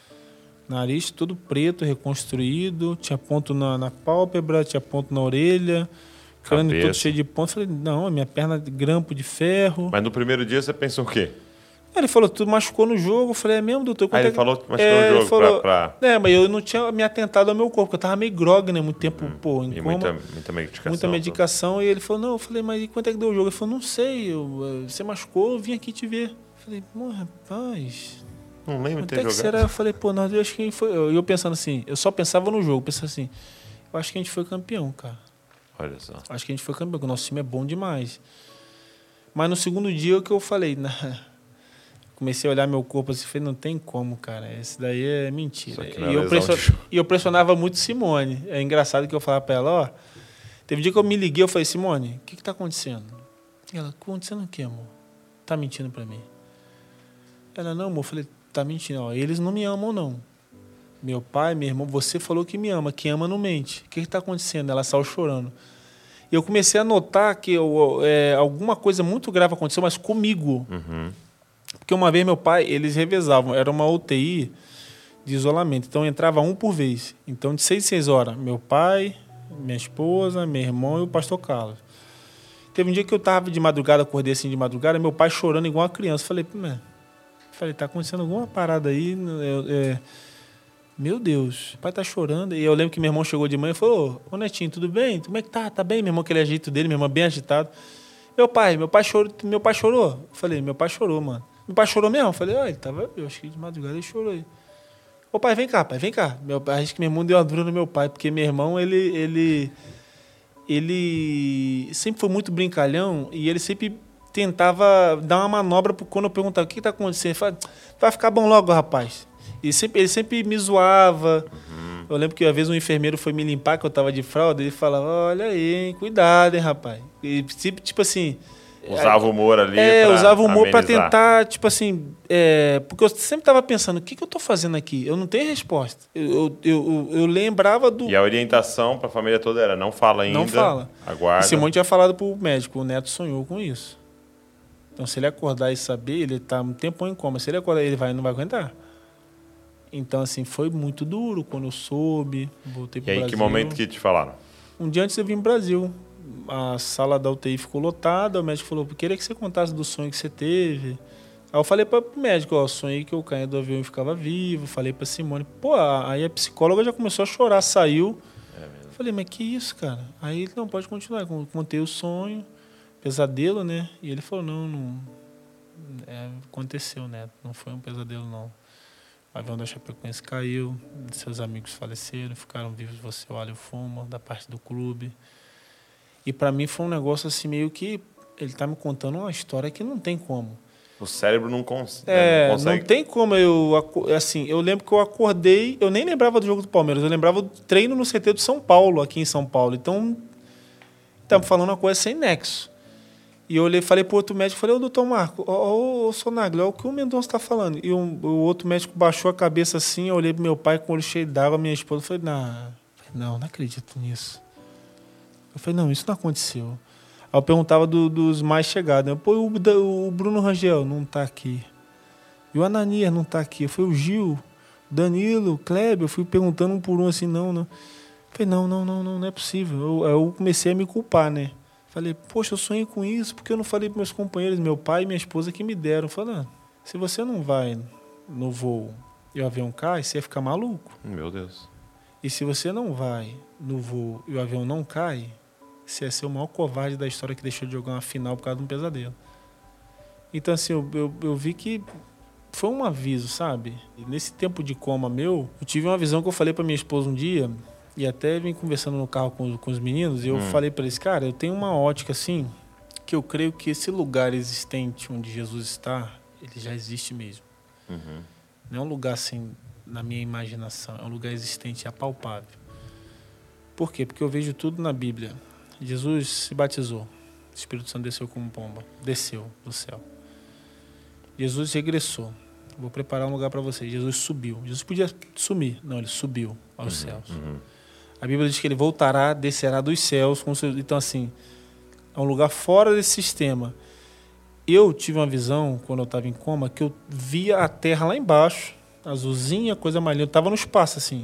S3: Nariz tudo preto, reconstruído, tinha ponto na, na pálpebra, tinha ponto na orelha, crânio
S2: Cabeça.
S3: todo cheio de ponto. Eu falei, não, minha perna de grampo de ferro.
S2: Mas no primeiro dia você pensou o quê?
S3: Aí ele falou, tu machucou no jogo. Eu falei, é mesmo, doutor?
S2: Aí ele
S3: é que...
S2: falou que machucou
S3: é,
S2: no jogo
S3: ele falou,
S2: pra, pra...
S3: É, mas eu não tinha me atentado ao meu corpo, porque eu tava meio grogue, né? Muito tempo,
S2: Hum,
S3: pô, em
S2: e
S3: coma.
S2: muita, muita medicação.
S3: Muita medicação. E ele falou, não, eu falei, mas e quanto é que deu o jogo? Ele falou, não sei, eu, você machucou, eu vim aqui te ver. Eu falei, pô, rapaz...
S2: Não lembro de ter
S3: Até que
S2: jogado.
S3: será? Eu falei, pô, nós, eu acho que foi. Eu, eu pensando assim, eu só pensava no jogo, pensava assim, eu acho que a gente foi campeão, cara.
S2: Olha só.
S3: Acho que a gente foi campeão, porque o nosso time é bom demais. Mas no segundo dia o que eu falei, na... comecei a olhar meu corpo assim, falei, não tem como, cara, esse daí é mentira.
S2: Isso aqui não é
S3: E eu,
S2: lesão
S3: pression...
S2: de jogo.
S3: e eu pressionava muito Simone. É engraçado que eu falava pra ela, ó. Teve um dia que eu me liguei, eu falei, Simone, o que que tá acontecendo? Ela, acontecendo o quê, amor? Tá mentindo pra mim? Ela, não, amor, eu falei, tá mentindo, ó, eles não me amam, não. Meu pai, meu irmão, você falou que me ama, que ama não mente. O que está acontecendo? Ela saiu chorando. E eu comecei a notar que eu, é, alguma coisa muito grave aconteceu, mas comigo.
S2: Uhum.
S3: Porque uma vez meu pai, eles revezavam, era uma U T I de isolamento, então entrava um por vez. Então de seis em seis horas, meu pai, minha esposa, meu irmão e o pastor Carlos. Teve um dia que eu estava de madrugada, acordei assim de madrugada, meu pai chorando igual uma criança. Falei, mano, falei, tá acontecendo alguma parada aí. É, é, meu Deus, o pai tá chorando. E eu lembro que meu irmão chegou de manhã e falou, ô Netinho, tudo bem? Como é que tá? Tá bem? Meu irmão, aquele agito dele, meu irmão bem agitado. Meu pai, meu pai chorou. Meu pai chorou? Eu falei, meu pai chorou, mano. Meu pai chorou mesmo? Eu falei, ó, ele tava, eu acho que de madrugada ele chorou aí. Ô pai, vem cá, pai, vem cá. Meu, acho que meu irmão deu uma dura no meu pai, porque meu irmão, ele, ele, ele sempre foi muito brincalhão e ele sempre tentava dar uma manobra quando eu perguntava o que está acontecendo. Ele falava, vai ficar bom logo, rapaz. E sempre, ele sempre me zoava. Uhum. Eu lembro que uma vez um enfermeiro foi me limpar, que eu estava de fralda, ele falava, olha aí, hein, cuidado, hein, rapaz. E tipo, tipo assim...
S2: Usava o humor ali
S3: É,
S2: pra
S3: usava o humor para
S2: amenizar.
S3: tentar, tipo assim... É, porque eu sempre estava pensando, o que, que eu estou fazendo aqui? Eu não tenho resposta. Eu, eu, eu, eu lembrava do...
S2: E a orientação para a família toda era, não fala ainda,
S3: Não fala.
S2: aguarda.
S3: E Simone tinha falado pro médico, o Neto sonhou com isso. Então, se ele acordar e saber, ele está um tempo em coma. Se ele acordar, ele vai, não vai aguentar. Então, assim, foi muito duro quando eu soube, voltei para o
S2: Brasil. E aí, que momento que te falaram?
S3: Um dia antes eu vim para o Brasil. A sala da U T I ficou lotada, o médico falou, queria que você contasse do sonho que você teve. Aí eu falei para o médico, ó, sonhei que eu caía do avião e ficava vivo. Falei para Simone. Pô, aí a psicóloga já começou a chorar, saiu. É mesmo. Falei, mas que isso, cara? Aí ele, não, pode continuar. Contei o sonho, pesadelo, né? E ele falou, não, não é, aconteceu, né? Não foi um pesadelo, não. O avião da Chapecoense caiu, seus amigos faleceram, ficaram vivos, você, o Alho Fuma, da parte do clube. E para mim foi um negócio assim, meio que ele tá me contando uma história que não tem como.
S2: O cérebro não, cons
S3: é,
S2: não consegue.
S3: Não tem como eu... Assim, eu lembro que eu acordei, eu nem lembrava do jogo do Palmeiras, eu lembrava do treino no C T do São Paulo, aqui em São Paulo. Então, estamos falando uma coisa sem nexo. E eu olhei, falei para o outro médico, falei, ô, doutor Marco, ô, ô, Sonagli, olha o que o Mendonça está falando. E um, o outro médico baixou a cabeça assim, eu olhei para meu pai com o olho cheio d'água, minha esposa, falei, não, não, não acredito nisso. Eu falei, não, isso não aconteceu. Aí eu perguntava do, dos mais chegados, né? Pô, o, o Bruno Rangel não está aqui. E o Ananias não está aqui. Foi o Gil, Danilo, Kleber, eu fui perguntando um por um assim, não, não. Eu falei, não, não, não, não, não é possível. Eu, eu comecei a me culpar, né? Falei, poxa, eu sonhei com isso, porque eu não falei para meus companheiros, meu pai e minha esposa que me deram. Eu falei, ah, se você não vai no voo e o avião cai, você ia ficar maluco.
S2: Meu Deus.
S3: E se você não vai no voo e o avião não cai, você ia ser o maior covarde da história que deixou de jogar uma final por causa de um pesadelo. Então, assim, eu, eu, eu vi que foi um aviso, sabe? E nesse tempo de coma meu, eu tive uma visão que eu falei para minha esposa um dia... E até vim conversando no carro com, com os meninos, e eu hum. falei para eles, cara, eu tenho uma ótica assim, que eu creio que esse lugar existente onde Jesus está, ele já existe mesmo.
S2: Uhum.
S3: Não é um lugar assim, na minha imaginação, é um lugar existente, é palpável. Por quê? Porque eu vejo tudo na Bíblia. Jesus se batizou, o Espírito Santo desceu como pomba, desceu do céu. Jesus regressou. Vou preparar um lugar para vocês. Jesus subiu. Jesus podia sumir. Não, ele subiu aos
S2: uhum,
S3: céus.
S2: Uhum.
S3: A Bíblia diz que ele voltará, descerá dos céus. Com seu... Então, assim, é um lugar fora desse sistema. Eu tive uma visão, quando eu estava em coma, que eu via a terra lá embaixo, azulzinha, coisa mais linda. Eu estava no espaço, assim.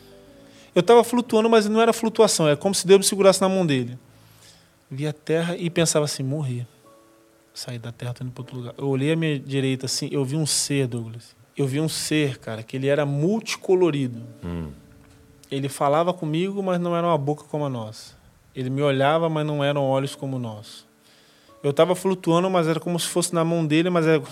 S3: Eu estava flutuando, mas não era flutuação. É como se Deus me segurasse na mão dele. Via a terra e pensava assim, morri. Saí da terra, tô indo para outro lugar. Eu olhei à minha direita, assim, eu vi um ser, Douglas. Eu vi um ser, cara, que ele era multicolorido.
S2: Hum.
S3: Ele falava comigo, mas não era uma boca como a nossa. Ele me olhava, mas não eram olhos como o nosso. Eu estava flutuando, mas era como se fosse na mão dele, mas é,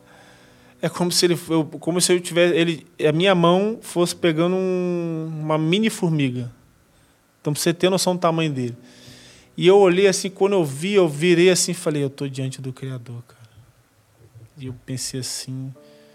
S3: é como se ele, eu, como se eu tivesse, ele, a minha mão fosse pegando um, uma mini formiga. Então, para você ter noção do tamanho dele. E eu olhei assim, quando eu vi, eu virei assim e falei, eu estou diante do Criador, cara. E eu pensei assim,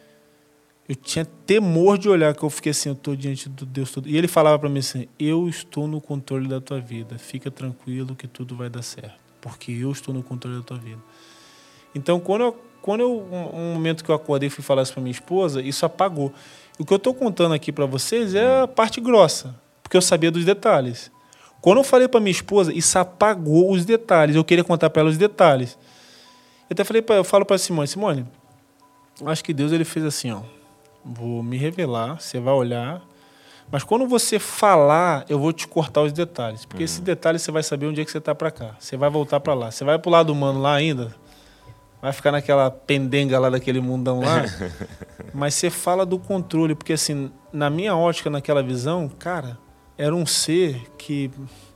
S3: eu tinha temor de olhar, que eu fiquei assim, eu estou diante do Deus todo. E ele falava para mim assim, eu estou no controle da tua vida, fica tranquilo que tudo vai dar certo, porque eu estou no controle da tua vida. Então, quando eu, quando eu um, um momento que eu acordei e fui falar isso para minha esposa, isso apagou. O que eu estou contando aqui para vocês é a parte grossa, porque eu sabia dos detalhes. Quando eu falei para minha esposa, isso apagou os detalhes. Eu queria contar para ela os detalhes. Eu até falei para eu falo para Simone, Simone, acho que Deus ele fez assim, ó. Vou me revelar, você vai olhar, mas quando você falar, eu vou te cortar os detalhes, porque uhum. esses detalhes você vai saber onde é que você está para cá. Você vai voltar para lá. Você vai para o lado humano lá ainda, vai ficar naquela pendenga lá daquele mundão lá, mas você fala do controle, porque assim, na minha ótica, naquela visão, cara, era um ser que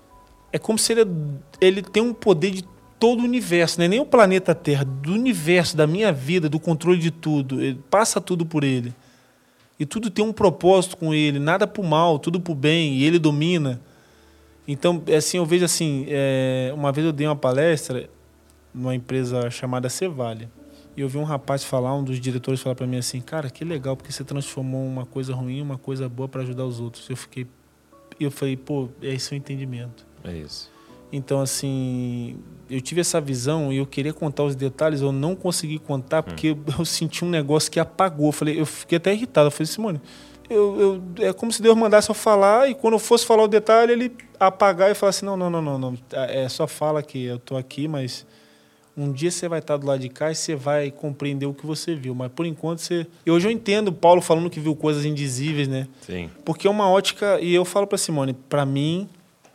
S3: é como se ele, ele tem um poder de todo o universo, não é nem o planeta Terra, do universo, da minha vida, do controle de tudo. Ele passa tudo por ele. E tudo tem um propósito com ele, nada para o mal, tudo para o bem, e ele domina. Então, assim, eu vejo assim, é, uma vez eu dei uma palestra numa empresa chamada Cevale, e eu vi um rapaz falar, um dos diretores falar para mim assim, cara, que legal, porque você transformou uma coisa ruim em uma coisa boa para ajudar os outros. Eu fiquei E eu falei, pô, é esse o entendimento.
S2: É isso.
S3: Então, assim, eu tive essa visão e eu queria contar os detalhes, eu não consegui contar porque hum. eu, eu senti um negócio que apagou. Eu, falei, eu fiquei até irritado. Eu falei, Simone, eu, eu, é como se Deus mandasse eu falar e quando eu fosse falar o detalhe, ele apagar e falar assim, não, não, não, não, não. É só fala que eu tô aqui, mas um dia você vai estar do lado de cá e você vai compreender o que você viu. Mas, por enquanto, você... E hoje eu entendo o Paulo falando que viu coisas indizíveis, né?
S2: Sim.
S3: Porque é uma ótica... E eu falo para Simone, para mim,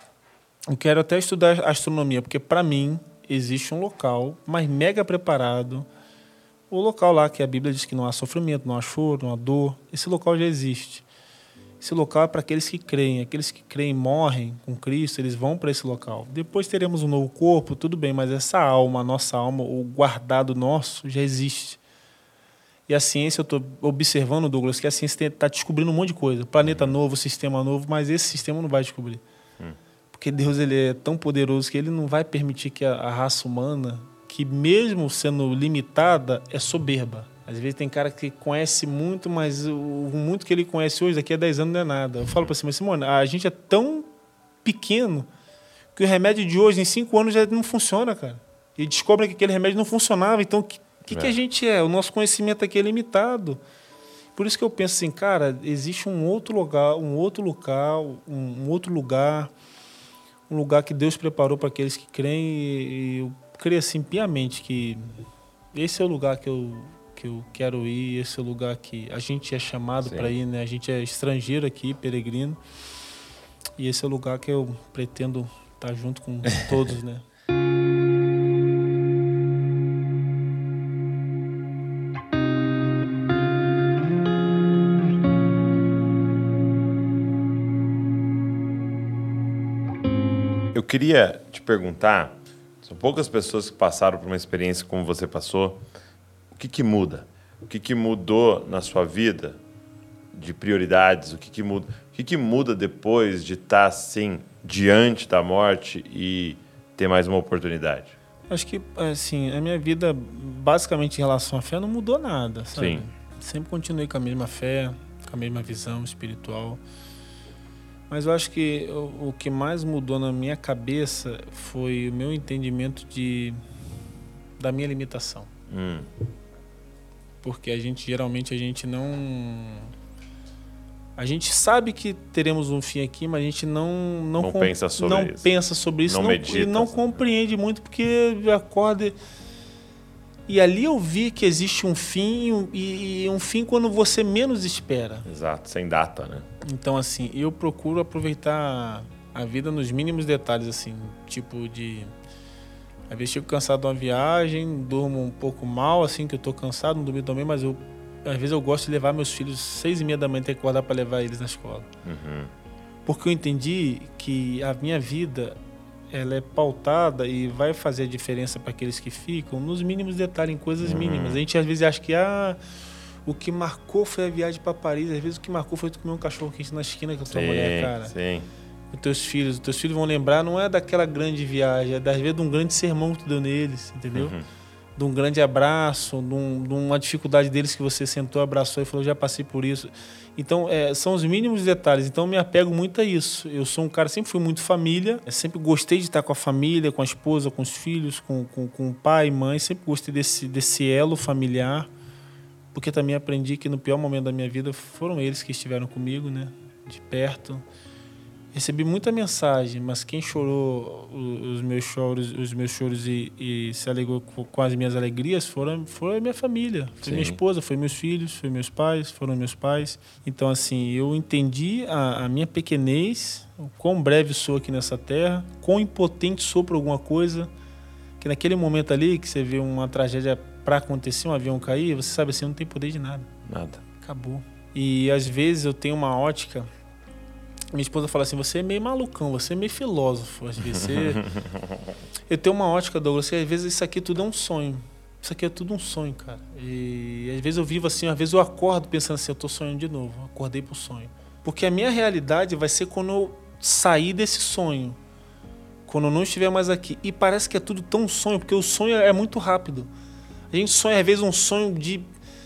S3: eu quero até estudar astronomia, porque, para mim, existe um local, mas mega preparado. O local lá que a Bíblia diz que não há sofrimento, não há choro, não há dor. Esse local já existe. Esse local é para aqueles que creem. Aqueles que creem morrem com Cristo, eles vão para esse local. Depois teremos um novo corpo, tudo bem, mas essa alma, a nossa alma, o guardado nosso, já existe. E a ciência, eu estou observando, Douglas, que a ciência está descobrindo um monte de coisa. Planeta novo, sistema novo, mas esse sistema não vai descobrir. Hum. Porque Deus ele é tão poderoso que ele não vai permitir que a, a raça humana, que mesmo sendo limitada, é soberba. Às vezes tem cara que conhece muito, mas o muito que ele conhece hoje, daqui a dez anos não é nada. Eu falo para você, mas Simone, a gente é tão pequeno que o remédio de hoje, em cinco anos, já não funciona, cara. E descobrem que aquele remédio não funcionava. Então, o que, que, é. que a gente é? O nosso conhecimento aqui é limitado. Por isso que eu penso assim, cara, existe um outro lugar, um outro local, um, um outro lugar, um lugar que Deus preparou para aqueles que creem. E eu creio assim, piamente, que esse é o lugar que eu... que eu quero ir, esse é o lugar que a gente é chamado para ir, né? A gente é estrangeiro aqui, peregrino, e esse é o lugar que eu pretendo estar junto com todos, né?
S2: Eu queria te perguntar, são poucas pessoas que passaram por uma experiência como você passou. O que, que muda? O que, que mudou na sua vida de prioridades? O que, que muda? O que, que muda depois de estar assim diante da morte e ter mais uma oportunidade?
S3: Acho que assim a minha vida basicamente em relação à fé não mudou nada, sabe?
S2: Sim.
S3: Sempre continuei com a mesma fé, com a mesma visão espiritual. Mas eu acho que o, o que mais mudou na minha cabeça foi o meu entendimento de, da minha limitação.
S2: Hum.
S3: Porque a gente, geralmente, a gente não... A gente sabe que teremos um fim aqui, mas a gente não não,
S2: não
S3: com,
S2: pensa sobre
S3: não
S2: isso.
S3: Pensa sobre isso
S2: não
S3: não,
S2: medita,
S3: e não compreende muito, porque acorda e, e ali eu vi que existe um fim e, e um fim quando você menos espera.
S2: Exato, sem data, né?
S3: Então, assim, eu procuro aproveitar a vida nos mínimos detalhes, assim, tipo de... Às vezes chego cansado de uma viagem, durmo um pouco mal, assim, que eu tô cansado, não dormi também, mas eu às vezes eu gosto de levar meus filhos seis e meia da manhã, ter que acordar para levar eles na escola.
S2: Uhum.
S3: Porque eu entendi que a minha vida, ela é pautada e vai fazer a diferença para aqueles que ficam nos mínimos detalhes, em coisas
S2: uhum.
S3: mínimas. A gente às vezes acha que ah, o que marcou foi a viagem para Paris, às vezes o que marcou foi tu comer um cachorro quente na esquina com a tua
S2: sim,
S3: mulher, cara.
S2: Sim.
S3: Os teus filhos, os teus filhos vão lembrar, não é daquela grande viagem, é às vezes de um grande sermão que tu deu neles, entendeu?
S2: Uhum.
S3: De um grande abraço, de, um, de uma dificuldade deles que você sentou, abraçou e falou, já passei por isso. Então, é, são os mínimos detalhes. Então, eu me apego muito a isso. Eu sou um cara, sempre fui muito família, sempre gostei de estar com a família, com a esposa, com os filhos, com, com, com o pai e mãe, sempre gostei desse, desse elo familiar, porque também aprendi que no pior momento da minha vida foram eles que estiveram comigo, né, de perto. Recebi muita mensagem, mas quem chorou os meus choros, os meus choros e, e se alegrou com as minhas alegrias foram, foi a minha família, foi Sim. minha esposa, foi meus filhos, foi meus pais, foram meus pais. Então, assim, eu entendi a, a minha pequenez, o quão breve sou aqui nessa terra, quão impotente sou por alguma coisa, que naquele momento ali que você vê uma tragédia para acontecer, um avião cair, você sabe assim, não tem poder de nada.
S2: Nada.
S3: Acabou. E às vezes eu tenho uma ótica. Minha esposa fala assim, você é meio malucão, você é meio filósofo. Às vezes você... Eu tenho uma ótica, Douglas, que às vezes isso aqui tudo é um sonho. Isso aqui é tudo um sonho, cara. E às vezes eu vivo assim, às vezes eu acordo pensando assim, eu tô sonhando de novo. Acordei pro sonho. Porque a minha realidade vai ser quando eu sair desse sonho. Quando eu não estiver mais aqui. E parece que é tudo tão sonho, porque o sonho é muito rápido. A gente sonha, às vezes, um sonho de...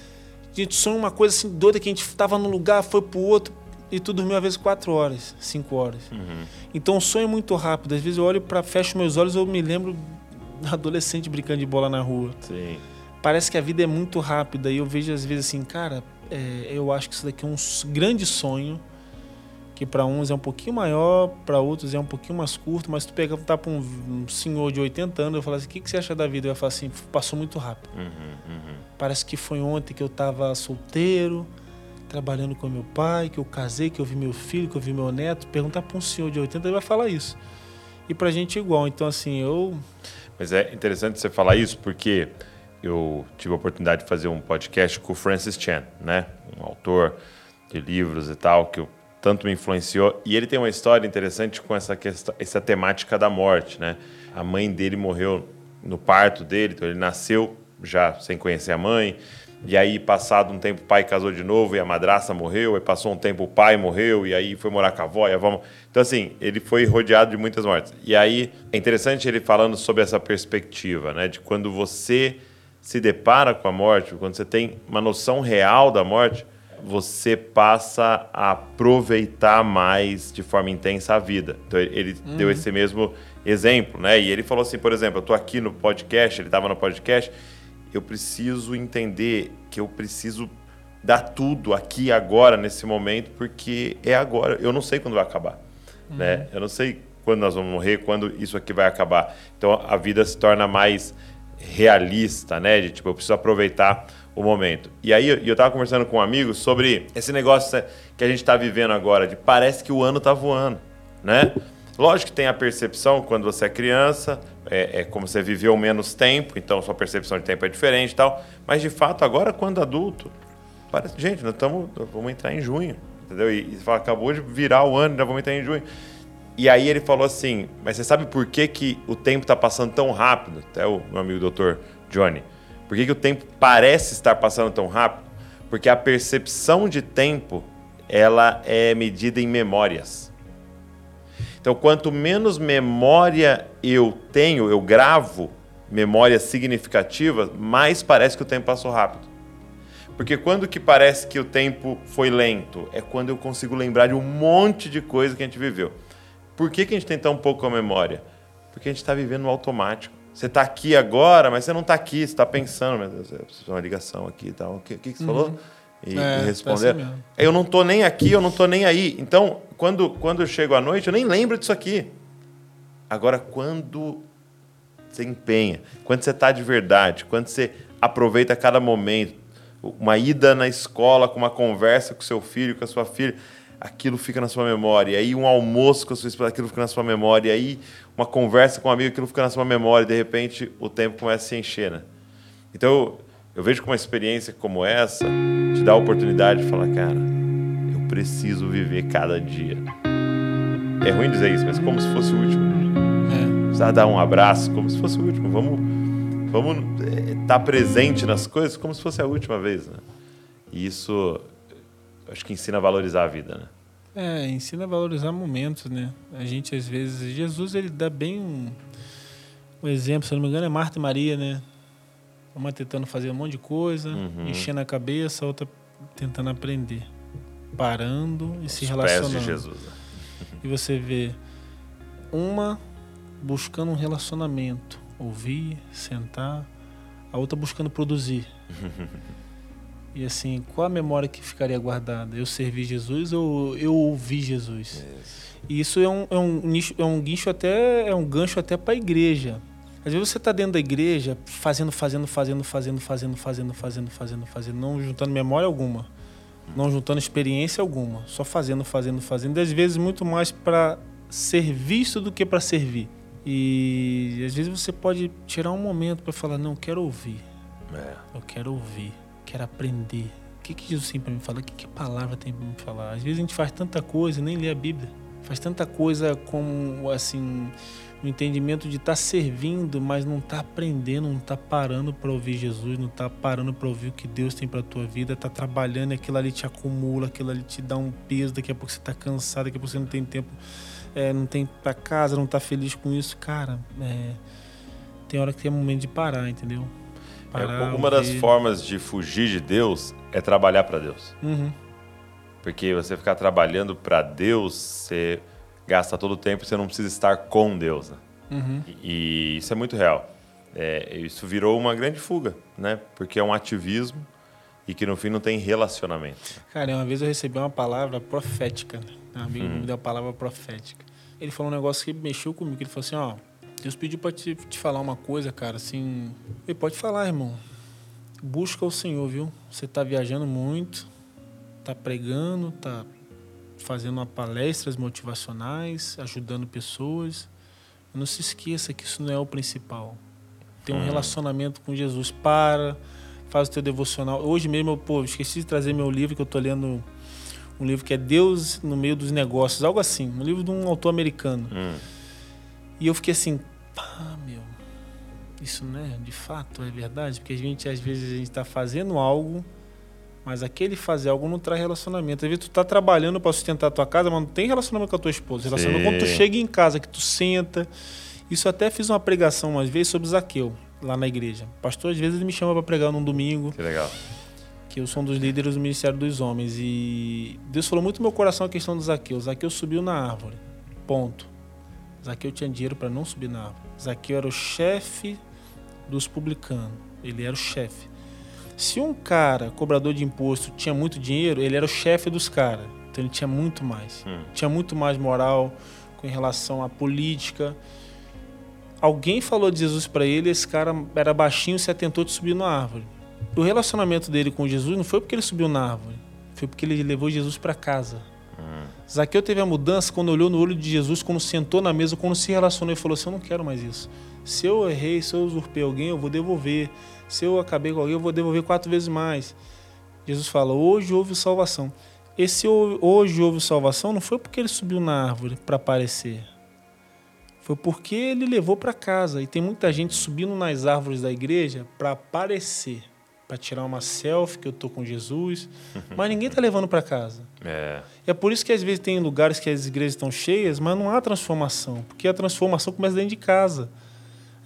S3: A gente sonha uma coisa assim doida, que a gente estava num lugar, foi pro outro... E tu dormiu às vezes quatro horas, cinco horas. Uhum. Então o sonho é muito rápido. Às vezes eu olho para fecho meus olhos, eu me lembro adolescente brincando de bola na rua.
S2: Sim.
S3: Parece que a vida é muito rápida. E eu vejo às vezes assim, cara, é, eu acho que isso daqui é um grande sonho, que para uns é um pouquinho maior, para outros é um pouquinho mais curto. Mas se tu pegar tá para um, um senhor de oitenta anos, eu falo assim, o que, que você acha da vida? Eu falo assim, passou muito rápido. Uhum, uhum. Parece que foi ontem que eu tava solteiro, trabalhando com meu pai, que eu casei, que eu vi meu filho, que eu vi meu neto. Perguntar para um senhor de oitenta, ele vai falar isso. E pra gente é igual. Então, assim, eu...
S2: Mas é interessante você falar isso, porque eu tive a oportunidade de fazer um podcast com o Francis Chan, né? Um autor de livros e tal, que eu, tanto me influenciou. E ele tem uma história interessante com essa, questão, essa temática da morte, né? A mãe dele morreu no parto dele, então ele nasceu já sem conhecer a mãe. E aí, passado um tempo, o pai casou de novo e a madrasta morreu. Aí passou um tempo, o pai morreu e aí foi morar com a avó e a avó... Então, assim, ele foi rodeado de muitas mortes. E aí, é interessante ele falando sobre essa perspectiva, né? De quando você se depara com a morte, quando você tem uma noção real da morte, você passa a aproveitar mais de forma intensa a vida. Então, ele uhum. deu esse mesmo exemplo, né? E ele falou assim, por exemplo, eu estou aqui no podcast, ele estava no podcast... Eu preciso entender que eu preciso dar tudo aqui, agora, nesse momento, porque é agora. Eu não sei quando vai acabar. Uhum. Né? Eu não sei quando nós vamos morrer, quando isso aqui vai acabar. Então, a vida se torna mais realista, né? De, tipo, eu preciso aproveitar o momento. E aí, eu estava conversando com um amigo sobre esse negócio que a gente está vivendo agora, de parece que o ano está voando, né? Lógico que tem a percepção, quando você é criança, é, é como você viveu menos tempo, então sua percepção de tempo é diferente e tal. Mas, de fato, agora, quando adulto, parece, gente, nós estamos, vamos entrar em junho, entendeu? E, e fala, acabou de virar o ano, já vamos entrar em junho. E aí ele falou assim, mas você sabe por que, que o tempo está passando tão rápido? Até o meu amigo doutor Johnny. Por que, que o tempo parece estar passando tão rápido? Porque a percepção de tempo, ela é medida em memórias. Então, quanto menos memória eu tenho, eu gravo memórias significativas, mais parece que o tempo passou rápido. Porque quando que parece que o tempo foi lento? É quando eu consigo lembrar de um monte de coisa que a gente viveu. Por que que a gente tem tão pouco a memória? Porque a gente está vivendo no automático. Você está aqui agora, mas você não está aqui, você está pensando, meu Deus, eu preciso de uma ligação aqui e tal. O que, que, que você uhum. falou? E, é, e responder. Tá assim eu não estou nem aqui, eu não estou nem aí. Então, quando, quando eu chego à noite, eu nem lembro disso aqui. Agora, quando você empenha, quando você está de verdade, quando você aproveita cada momento, uma ida na escola com uma conversa com seu filho, com a sua filha, aquilo fica na sua memória. E aí um almoço com a sua esposa, aquilo fica na sua memória. E aí uma conversa com um amigo, aquilo fica na sua memória. E de repente o tempo começa a se encher, né? Então eu, eu vejo que uma experiência como essa te dá a oportunidade de falar, cara, eu preciso viver cada dia. É ruim dizer isso, mas como se fosse o último. É. Precisa dar um abraço como se fosse o último. Vamos vamos estar presente nas coisas como se fosse a última vez, né? E isso acho que ensina a valorizar a vida, né?
S3: É, ensina a valorizar momentos, né? A gente, às vezes... Jesus, ele dá bem um, um exemplo, se eu não me engano, é Marta e Maria, né? Uma tentando fazer um monte de coisa, uhum. enchendo a cabeça, a outra tentando aprender. Parando e Os se relacionando.
S2: Pés de Jesus.
S3: E você vê uma buscando um relacionamento, ouvir, sentar, a outra buscando produzir. E assim, qual a memória que ficaria guardada? Eu servi Jesus ou eu ouvi Jesus? Isso. E isso é um, é um nicho, é um guincho até, é um gancho até para a igreja. Às vezes você está dentro da igreja fazendo, fazendo, fazendo, fazendo, fazendo, fazendo, fazendo, fazendo, fazendo, não juntando memória alguma, não juntando experiência alguma, só fazendo, fazendo, fazendo. E às vezes muito mais para ser visto do que para servir. E às vezes você pode tirar um momento para falar, não, eu quero ouvir. É. Eu quero ouvir. Quero aprender. O que, que Jesus tem para me falar? O que, que a palavra tem para me falar? Às vezes a gente faz tanta coisa e nem lê a Bíblia. Faz tanta coisa com, assim, o entendimento de estar tá servindo, mas não está aprendendo, não está parando para ouvir Jesus, não está parando para ouvir o que Deus tem para a tua vida, está trabalhando e aquilo ali te acumula, aquilo ali te dá um peso, daqui a pouco você está cansado, daqui a pouco você não tem tempo, é, não tem para casa, não está feliz com isso. Cara, é, tem hora que tem um momento de parar, entendeu?
S2: Parar, uma das formas de fugir de Deus é trabalhar para Deus.
S3: Uhum.
S2: Porque você ficar trabalhando para Deus, você gasta todo o tempo e você não precisa estar com Deus. Né?
S3: Uhum.
S2: E, e isso é muito real. É, isso virou uma grande fuga, né? Porque é um ativismo e que no fim não tem relacionamento.
S3: Cara, uma vez eu recebi uma palavra profética. Um amigo uhum. me deu a palavra profética. Ele falou um negócio que mexeu comigo. Ele falou assim, ó... Deus pediu para te, te falar uma coisa, cara, assim... Ele pode falar, irmão. Busca o Senhor, viu? Você tá viajando muito, tá pregando, tá fazendo palestras motivacionais, ajudando pessoas. Não se esqueça que isso não é o principal. Tem um hum. relacionamento com Jesus. Para, faz o teu devocional. Hoje mesmo, eu, pô, esqueci de trazer meu livro, que eu tô lendo um livro que é Deus no Meio dos Negócios, algo assim. Um livro de um autor americano.
S2: Hum.
S3: E eu fiquei assim, pá, meu, isso não é, de fato, é verdade? Porque a gente, às vezes, a gente está fazendo algo, mas aquele fazer algo não traz relacionamento. Às vezes tu tá trabalhando para sustentar a tua casa, mas não tem relacionamento com a tua esposa. Relacionamento quando tu chega em casa, que tu senta. Isso até fiz uma pregação umas vezes sobre Zaqueu, lá na igreja. O pastor, às vezes, ele me chama para pregar num domingo.
S2: Que legal.
S3: Que eu sou um dos líderes do Ministério dos Homens. E Deus falou muito no meu coração a questão do Zaqueu. Zaqueu subiu na árvore. Ponto. Zaqueu tinha dinheiro para não subir na árvore. Zaqueu era o chefe dos publicanos. Ele era o chefe. Se um cara, cobrador de imposto, tinha muito dinheiro, ele era o chefe dos caras. Então ele tinha muito mais. Hum. Tinha muito mais moral com relação à política. Alguém falou de Jesus para ele, esse cara era baixinho e se atentou de subir na árvore. O relacionamento dele com Jesus não foi porque ele subiu na árvore. Foi porque ele levou Jesus para casa. Zaqueu teve a mudança quando olhou no olho de Jesus, quando sentou na mesa, quando se relacionou e falou assim, eu não quero mais isso. Se eu errei, se eu usurpei alguém, eu vou devolver. Se eu acabei com alguém, eu vou devolver quatro vezes mais. Jesus fala, hoje houve salvação. Esse hoje houve salvação não foi porque ele subiu na árvore para aparecer. Foi porque ele levou para casa. E tem muita gente subindo nas árvores da igreja para aparecer. Para tirar uma selfie que eu tô com Jesus, mas ninguém tá levando para casa.
S2: É.
S3: É por isso que às vezes tem lugares que as igrejas estão cheias, mas não há transformação, porque a transformação começa dentro de casa.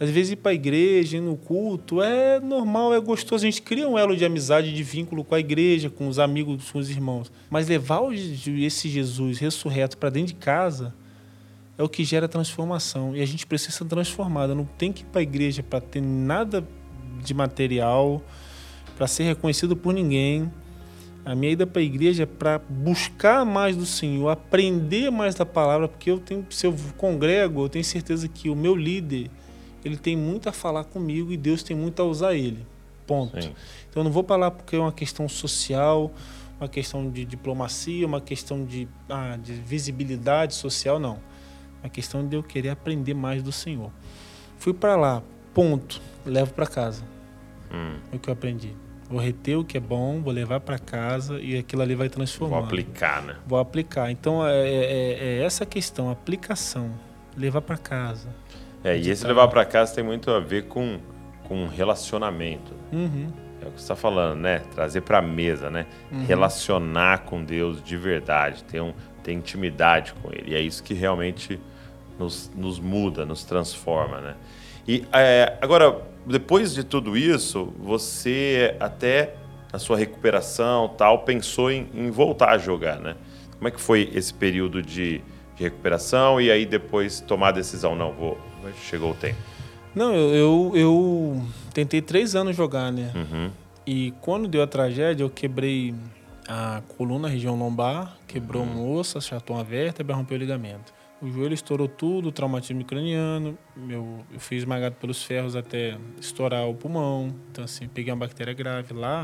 S3: Às vezes ir para a igreja, ir no culto, é normal, é gostoso. A gente cria um elo de amizade, de vínculo com a igreja, com os amigos, com os irmãos. Mas levar esse Jesus ressurreto para dentro de casa é o que gera transformação. E a gente precisa ser transformado. Não tem que ir para a igreja para ter nada de material, para ser reconhecido por ninguém. A minha ida para a igreja é para buscar mais do Senhor, aprender mais da palavra, porque eu tenho, se eu congrego, eu tenho certeza que o meu líder, ele tem muito a falar comigo e Deus tem muito a usar ele. Ponto. Sim. Então eu não vou para lá porque é uma questão social, uma questão de diplomacia, uma questão de, ah, de visibilidade social, não. É uma questão de eu querer aprender mais do Senhor. Fui para lá, ponto, levo para casa. Hum. É o que eu aprendi. Vou reter o que é bom, vou levar para casa e aquilo ali vai transformar.
S2: Vou aplicar, né?
S3: Vou aplicar. Então, é, é, é essa questão, aplicação. Levar para casa.
S2: É, e esse levar para casa tem muito a ver com, com relacionamento. Uhum. É o que você está falando, né? Trazer para a mesa, né? Uhum. Relacionar com Deus de verdade, ter, um, ter intimidade com Ele. E é isso que realmente nos, nos muda, nos transforma, né? E é, agora, depois de tudo isso, você até na sua recuperação tal, pensou em, em voltar a jogar, né? Como é que foi esse período de, de recuperação e aí depois tomar a decisão? Não, vou, chegou o tempo.
S3: Não, eu, eu, eu tentei três anos jogar, né?
S2: Uhum.
S3: E quando deu a tragédia, eu quebrei a coluna, a região lombar, quebrou uhum. um osso, achatou uma vértebra, rompeu o ligamento. O joelho estourou tudo, traumatismo craniano, eu, eu fui esmagado pelos ferros até estourar o pulmão. Então, assim, peguei uma bactéria grave lá.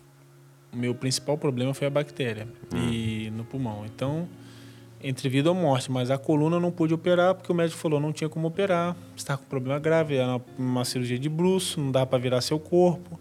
S3: O meu principal problema foi a bactéria hum. e no pulmão. Então, entre vida ou morte. Mas a coluna eu não pude operar porque o médico falou não tinha como operar. Você estava com problema grave, era uma, uma cirurgia de bruço, não dava para virar seu corpo.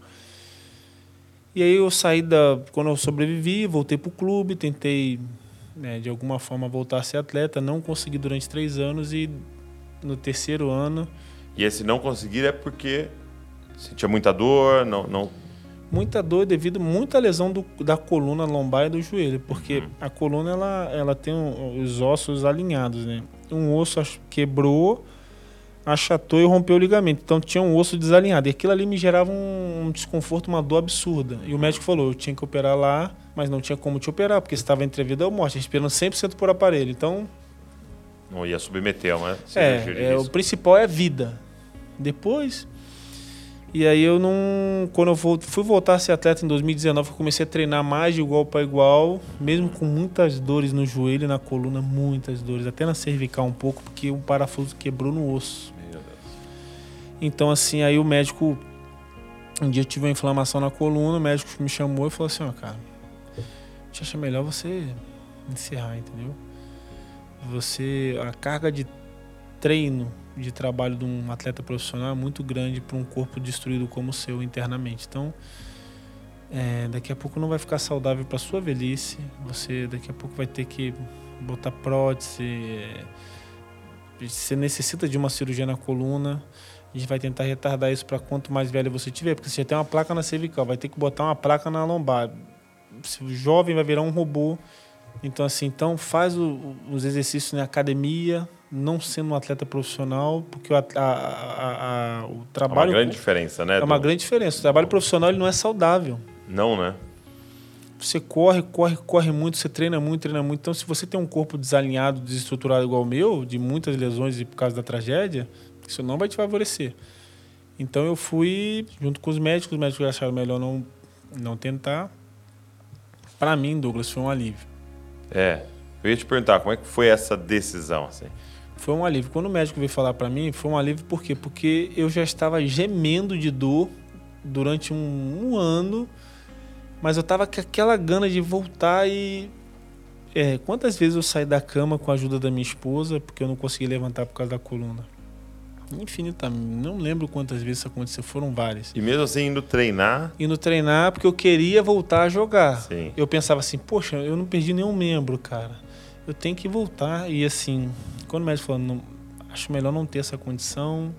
S3: E aí eu saí da... Quando eu sobrevivi, voltei para o clube, tentei... Né, de alguma forma voltar a ser atleta, não consegui durante três anos e no terceiro ano...
S2: E esse não conseguir é porque sentia muita dor, não... não...
S3: Muita dor devido a muita lesão do, da coluna lombar e do joelho, porque uhum. a coluna ela, ela tem um, os ossos alinhados, né? Um osso quebrou, achatou e rompeu o ligamento, então tinha um osso desalinhado e aquilo ali me gerava um, um desconforto, uma dor absurda. E o médico falou, eu tinha que operar lá, mas não tinha como te operar, porque você estava entre a vida ou a morte, respirando cem por cento por aparelho, então...
S2: Não ia submeter a uma
S3: cirurgia de risco. É, o principal é a vida. Depois... E aí eu não... Quando eu fui voltar a ser atleta em dois mil e dezenove, eu comecei a treinar mais de igual para igual, mesmo com muitas dores no joelho e na coluna, muitas dores, até na cervical um pouco, porque um parafuso quebrou no osso. Meu Deus. Então assim, aí o médico... Um dia eu tive uma inflamação na coluna, o médico me chamou e falou assim, ó, cara, a gente acha melhor você encerrar, entendeu? Você... A carga de treino, de trabalho de um atleta profissional é muito grande para um corpo destruído como o seu internamente. Então, é, daqui a pouco não vai ficar saudável para sua velhice. Você daqui a pouco vai ter que botar prótese. Você necessita de uma cirurgia na coluna. A gente vai tentar retardar isso para quanto mais velho você tiver, porque você já tem uma placa na cervical, vai ter que botar uma placa na lombar. Se o jovem vai virar um robô. Então, assim, então faz o, os exercícios na academia, não sendo um atleta profissional, porque o, a, a, a, o trabalho...
S2: É uma grande diferença, né?
S3: É uma do... grande diferença. O trabalho profissional ele não é saudável.
S2: Não, né?
S3: Você corre, corre, corre muito, você treina muito, treina muito. Então, se você tem um corpo desalinhado, desestruturado igual o meu, de muitas lesões e por causa da tragédia, isso não vai te favorecer. Então, eu fui junto com os médicos, os médicos acharam melhor não, não tentar. Para mim, Douglas, foi um alívio.
S2: É, eu ia te perguntar, como é que foi essa decisão, assim?
S3: Foi um alívio. Quando o médico veio falar para mim, foi um alívio por quê? Porque eu já estava gemendo de dor durante um, um ano, mas eu estava com aquela gana de voltar e... É, quantas vezes eu saí da cama com a ajuda da minha esposa, porque eu não consegui levantar por causa da coluna? Infinitamente. Não lembro quantas vezes isso aconteceu, foram várias.
S2: E mesmo assim indo treinar?
S3: Indo treinar porque eu queria voltar a jogar.
S2: Sim.
S3: Eu pensava assim, poxa, eu não perdi nenhum membro, cara. Eu tenho que voltar. E assim, quando o médico falou, não, acho melhor não ter essa condição.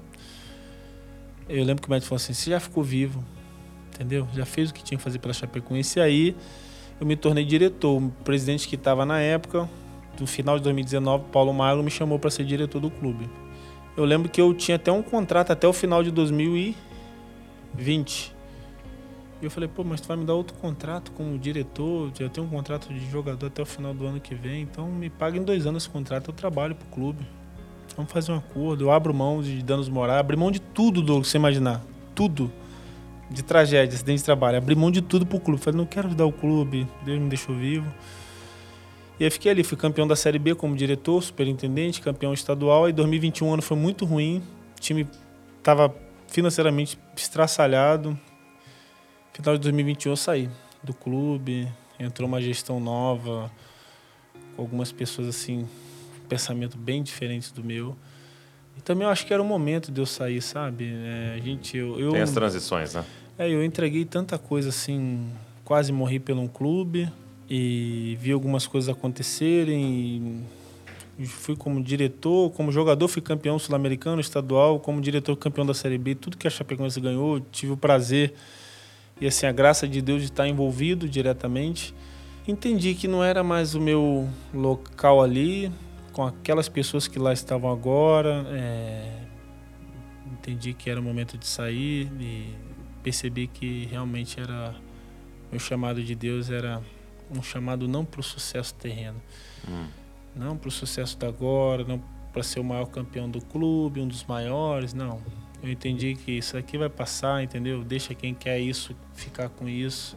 S3: Eu lembro que o médico falou assim, você já ficou vivo, entendeu? Já fez o que tinha que fazer pela Chapecoense. E aí eu me tornei diretor. O presidente que estava na época, no final de dois mil e dezenove, Paulo Magro, me chamou para ser diretor do clube. Eu lembro que eu tinha até um contrato até o final de dois mil e vinte. E eu falei, pô, mas tu vai me dar outro contrato como diretor? Eu tenho um contrato de jogador até o final do ano que vem, então me paga em dois anos esse contrato, eu trabalho pro clube. Vamos fazer um acordo, eu abro mão de danos morais, abri mão de tudo, Douglas, você imaginar. Tudo. De tragédia, acidente de trabalho. Abri mão de tudo pro clube. Falei, não quero ajudar o clube, Deus me deixou vivo. E aí fiquei ali, fui campeão da Série B como diretor, superintendente, campeão estadual. Aí dois mil e vinte e um ano foi muito ruim, o time estava financeiramente estraçalhado. Final de dois mil e vinte e um eu saí do clube, entrou uma gestão nova, com algumas pessoas assim, um pensamento bem diferente do meu. E também eu acho que era o momento de eu sair, sabe? É, a gente, eu, eu,
S2: Tem as transições, né?
S3: É, eu entreguei tanta coisa assim, quase morri pelo um clube e vi algumas coisas acontecerem. E fui como diretor, como jogador fui campeão sul-americano, estadual, como diretor campeão da Série B, tudo que a Chapecoense ganhou, tive o prazer e assim a graça de Deus de estar envolvido diretamente. Entendi que não era mais o meu local ali, com aquelas pessoas que lá estavam agora. É... Entendi que era o momento de sair e percebi que realmente era meu chamado de Deus, era um chamado não para o sucesso terreno, hum. não para o sucesso da agora, não para ser o maior campeão do clube, um dos maiores, não. Eu entendi que isso aqui vai passar, entendeu? Deixa quem quer isso ficar com isso.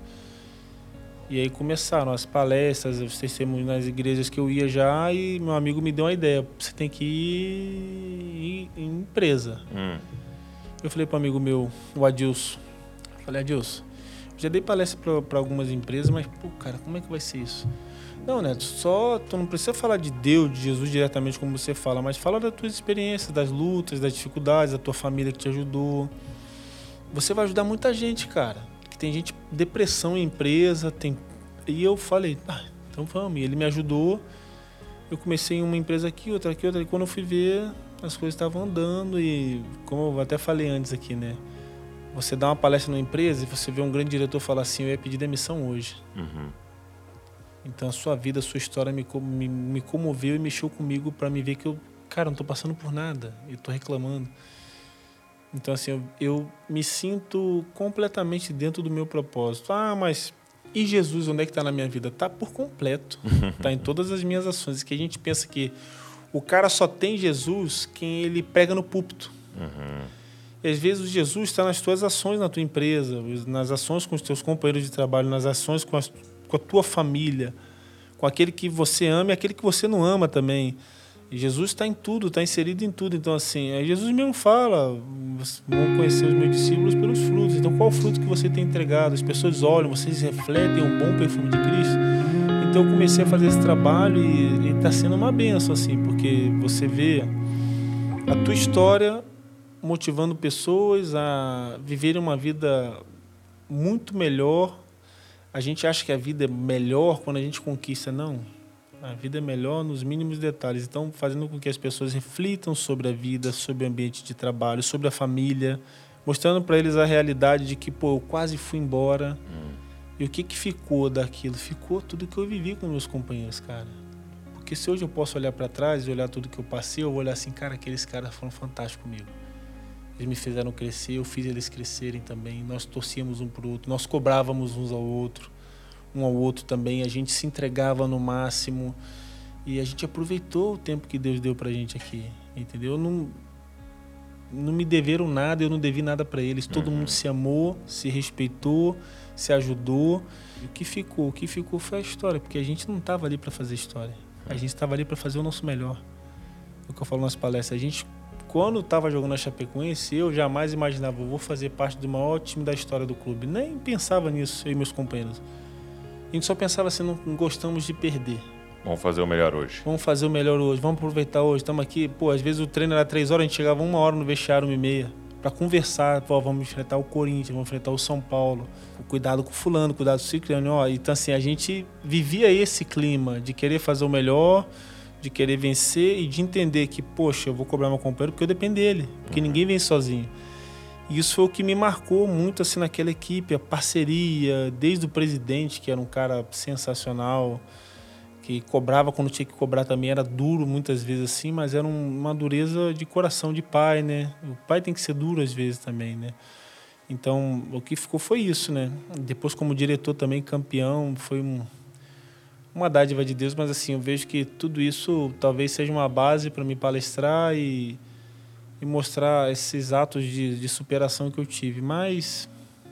S3: E aí começaram as palestras, os testemunhos nas igrejas que eu ia já, e meu amigo me deu uma ideia, você tem que ir em empresa. Hum. Eu falei para um amigo meu, o Adilson, falei, Adilson, já dei palestra para algumas empresas, mas, pô, cara, como é que vai ser isso? Não, Neto, só, tu não precisa falar de Deus, de Jesus diretamente como você fala, mas fala das tuas experiências, das lutas, das dificuldades, da tua família que te ajudou. Você vai ajudar muita gente, cara. Que tem gente, depressão em empresa, tem... E eu falei, ah, então vamos. E ele me ajudou. Eu comecei em uma empresa aqui, outra aqui, outra. E quando eu fui ver, as coisas estavam andando e, como eu até falei antes aqui, né? Você dá uma palestra numa empresa e você vê um grande diretor falar assim, eu ia pedir demissão hoje. Uhum. Então a sua vida, a sua história me, me, me comoveu e mexeu comigo para me ver que eu, cara, não tô passando por nada. Eu tô reclamando. Então assim, eu, eu me sinto completamente dentro do meu propósito. Ah, mas e Jesus, onde é que está na minha vida? Tá por completo. Tá em todas as minhas ações. Que a gente pensa que o cara só tem Jesus quem ele prega no púlpito. Uhum. E às vezes o Jesus está nas tuas ações na tua empresa, nas ações com os teus companheiros de trabalho, nas ações com, as, com a tua família, com aquele que você ama e aquele que você não ama também. E Jesus está em tudo, está inserido em tudo. Então, assim, Jesus mesmo fala, vão conhecer os meus discípulos pelos frutos. Então, qual o fruto que você tem entregado? As pessoas olham, vocês refletem um bom perfume de Cristo. Então, eu comecei a fazer esse trabalho e está sendo uma bênção, assim, porque você vê a tua história motivando pessoas a viverem uma vida muito melhor. A gente acha que a vida é melhor quando a gente conquista. Não. A vida é melhor nos mínimos detalhes. Então, fazendo com que as pessoas reflitam sobre a vida, sobre o ambiente de trabalho, sobre a família, mostrando para eles a realidade de que, pô, eu quase fui embora. Hum. E o que, que ficou daquilo? Ficou tudo que eu vivi com meus companheiros, cara. Porque se hoje eu posso olhar para trás e olhar tudo que eu passei, eu vou olhar assim, cara, aqueles caras foram fantásticos comigo. Eles me fizeram crescer, eu fiz eles crescerem também. Nós torcíamos um pro outro, nós cobrávamos uns ao outro, um ao outro também. A gente se entregava no máximo e a gente aproveitou o tempo que Deus deu pra gente aqui, entendeu? Não, não me deveram nada, eu não devi nada para eles. Todo uhum. mundo se amou, se respeitou, se ajudou. E o que ficou? O que ficou foi a história, porque a gente não estava ali para fazer história. A gente estava ali para fazer o nosso melhor. É o que eu falo nas palestras. A gente, quando estava jogando a Chapecoense, eu jamais imaginava, eu vou fazer parte do maior time da história do clube. Nem pensava nisso, eu e meus companheiros. A gente só pensava assim, não gostamos de perder.
S2: Vamos fazer o melhor hoje.
S3: Vamos fazer o melhor hoje, vamos aproveitar hoje. Estamos aqui, pô, às vezes o treino era três horas, a gente chegava uma hora no vestiário, uma e meia, para conversar. Pô, vamos enfrentar o Corinthians, vamos enfrentar o São Paulo. Cuidado com o fulano, cuidado com o ciclano. Ó, então assim, a gente vivia esse clima de querer fazer o melhor, de querer vencer e de entender que, poxa, eu vou cobrar meu companheiro porque eu dependo dele, porque uhum. ninguém vem sozinho. E isso foi o que me marcou muito assim naquela equipe, a parceria, desde o presidente, que era um cara sensacional, que cobrava quando tinha que cobrar também, era duro muitas vezes assim, mas era um, uma dureza de coração de pai, né? O pai tem que ser duro às vezes também, né? Então, o que ficou foi isso, né? Depois, como diretor também, campeão, foi um, uma dádiva de Deus, mas assim, eu vejo que tudo isso talvez seja uma base para me palestrar e, e mostrar esses atos de, de superação que eu tive, mas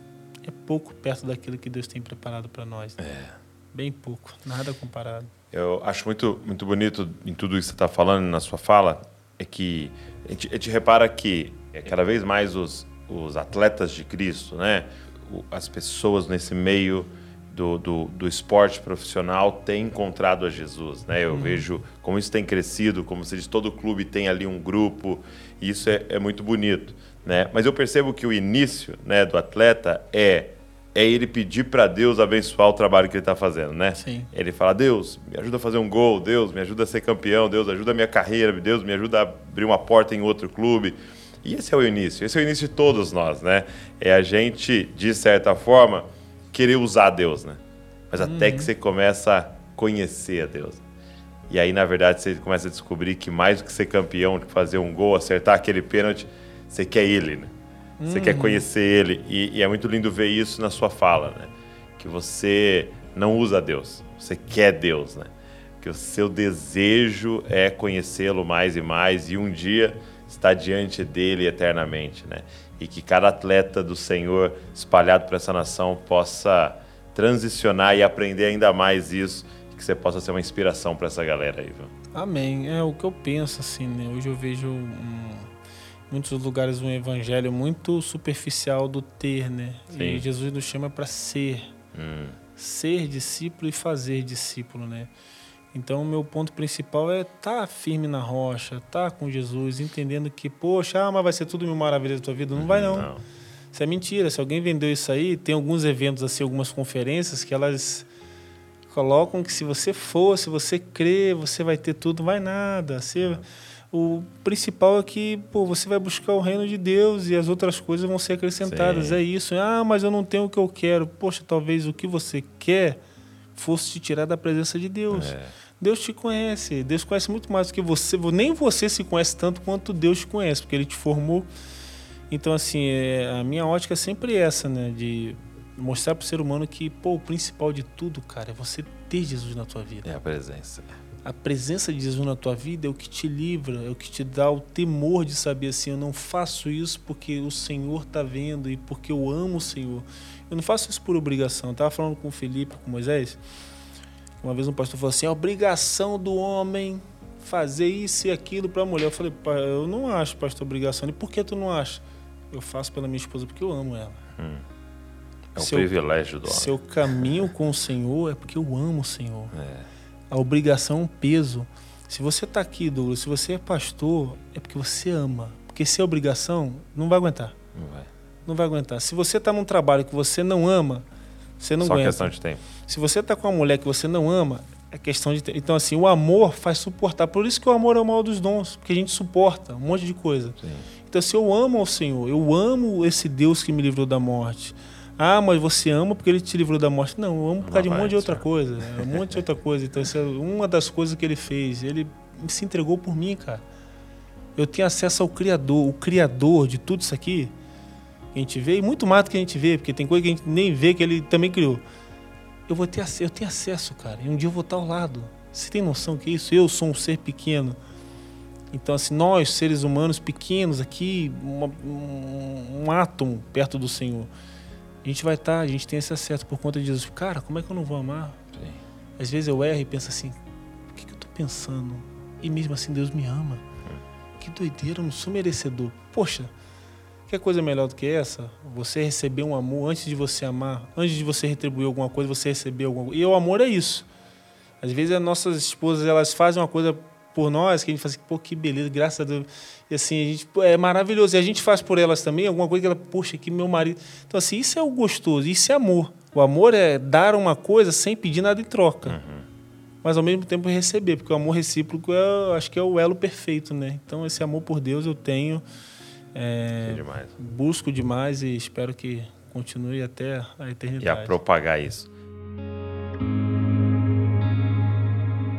S3: é pouco perto daquilo que Deus tem preparado para nós, né?
S2: É.
S3: Bem pouco, nada comparado.
S2: Eu acho muito, muito bonito em tudo isso que você está falando, na sua fala, é que a gente, a gente repara que é cada vez mais os, os atletas de Cristo, né? O, as pessoas nesse meio do, do, do esporte profissional têm encontrado a Jesus, né? Eu uhum. vejo como isso tem crescido, como você diz, todo clube tem ali um grupo, e isso é, é muito bonito, né? Mas eu percebo que o início, né, do atleta é... é ele pedir para Deus abençoar o trabalho que ele está fazendo, né?
S3: Sim.
S2: Ele fala, Deus, me ajuda a fazer um gol, Deus, me ajuda a ser campeão, Deus, ajuda a minha carreira, Deus, me ajuda a abrir uma porta em outro clube. E esse é o início, esse é o início de todos nós, né? É a gente, de certa forma, querer usar Deus, né? Mas uhum. até que você começa a conhecer a Deus. E aí, na verdade, você começa a descobrir que mais do que ser campeão, de fazer um gol, acertar aquele pênalti, você quer ele, né? Você uhum. quer conhecer ele, e, e é muito lindo ver isso na sua fala, né? Que você não usa Deus, você quer Deus, né? Que o seu desejo é conhecê-lo mais e mais e um dia estar diante dele eternamente, né? E que cada atleta do Senhor espalhado por essa nação possa transicionar e aprender ainda mais isso, e que você possa ser uma inspiração para essa galera aí, viu?
S3: Amém. É o que eu penso, assim, né? Hoje eu vejo um... muitos lugares um evangelho muito superficial do ter, né? Sim. E Jesus nos chama para ser. Hum. Ser discípulo e fazer discípulo, né? Então, o meu ponto principal é estar tá firme na rocha, estar tá com Jesus, entendendo que, poxa, ah, mas vai ser tudo mil maravilhas da tua vida. Não vai, não. não. Isso é mentira. Se alguém vendeu isso aí, tem alguns eventos, assim, algumas conferências que elas colocam que se você for, se você crer, você vai ter tudo. Não vai nada. Você... O principal é que, pô, você vai buscar o reino de Deus e as outras coisas vão ser acrescentadas. Sim. É isso. Ah, mas eu não tenho o que eu quero. Poxa, talvez o que você quer fosse te tirar da presença de Deus. É. Deus te conhece. Deus conhece muito mais do que você. Nem você se conhece tanto quanto Deus te conhece, porque Ele te formou. Então, assim, é, a minha ótica é sempre essa, né? De mostrar para o ser humano que, pô, o principal de tudo, cara, é você ter Jesus na tua vida.
S2: É a presença.
S3: A presença de Jesus na tua vida é o que te livra, é o que te dá o temor de saber assim, eu não faço isso porque o Senhor está vendo e porque eu amo o Senhor. Eu não faço isso por obrigação. Eu estava falando com o Felipe, com o Moisés, uma vez um pastor falou assim, é obrigação do homem fazer isso e aquilo para a mulher. Eu falei, eu não acho, pastor, obrigação. E por que tu não acha? Eu faço pela minha esposa porque eu amo ela.
S2: Hum. É um privilégio do homem.
S3: Se eu caminho com o Senhor é porque eu amo o Senhor.
S2: É.
S3: A obrigação é um peso. Se você está aqui, Douglas, se você é pastor, é porque você ama. Porque se é obrigação, não vai aguentar.
S2: Não vai.
S3: Não vai aguentar. Se você está num trabalho que você não ama, você não
S2: Só
S3: aguenta.
S2: Só questão de tempo.
S3: Se você está com uma mulher que você não ama, é questão de tempo. Então, assim, o amor faz suportar. Por isso que o amor é o maior dos dons. Porque a gente suporta um monte de coisa. Sim. Então, se eu amo ao Senhor, eu amo esse Deus que me livrou da morte. Ah, mas você ama porque Ele te livrou da morte. Não, eu amo por causa de um monte de outra coisa. Um monte de outra coisa. Então, isso é uma das coisas que Ele fez. Ele se entregou por mim, cara. Eu tenho acesso ao Criador. O Criador de tudo isso aqui, que a gente vê, e muito mais do que a gente vê, porque tem coisa que a gente nem vê que Ele também criou. Eu, vou ter, eu tenho acesso, cara. E um dia eu vou estar ao lado. Você tem noção que é isso? Eu sou um ser pequeno. Então, assim, nós, seres humanos pequenos aqui, uma, um, um átomo perto do Senhor. A gente vai estar, a gente tem esse acesso por conta de Jesus. Cara, como é que eu não vou amar? Sim. Às vezes eu erro e penso assim, o que, que eu estou pensando? E mesmo assim Deus me ama. Hum. Que doideira, eu não sou merecedor. Poxa, que coisa melhor do que essa? Você receber um amor antes de você amar, antes de você retribuir alguma coisa, você receber alguma coisa. E o amor é isso. Às vezes as nossas esposas, elas fazem uma coisa por nós, que a gente fala assim, pô, que beleza, graças a Deus. E assim, a gente, pô, é maravilhoso. E a gente faz por elas também alguma coisa que ela, poxa, que meu marido... Então, assim, isso é o gostoso, isso é amor. O amor é dar uma coisa sem pedir nada em troca. Uhum. Mas, ao mesmo tempo, receber, porque o amor recíproco, é, acho que é o elo perfeito, né? Então, esse amor por Deus eu tenho. É,
S2: demais.
S3: Busco demais e espero que continue até a eternidade.
S2: E a propagar isso.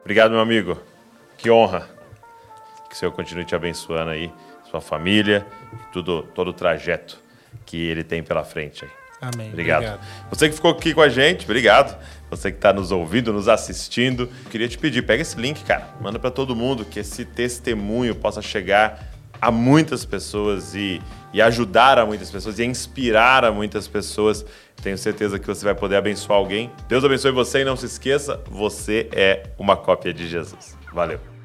S2: Obrigado, meu amigo. Que honra. Que o Senhor continue te abençoando aí, sua família e tudo, todo o trajeto que ele tem pela frente aí.
S3: Amém.
S2: Obrigado.
S3: Obrigado.
S2: Você que ficou aqui com a gente, obrigado. Você que está nos ouvindo, nos assistindo, queria te pedir, pega esse link, cara, manda para todo mundo, que esse testemunho possa chegar a muitas pessoas e, e ajudar a muitas pessoas e inspirar a muitas pessoas. Tenho certeza que você vai poder abençoar alguém. Deus abençoe você e não se esqueça, você é uma cópia de Jesus. Valeu.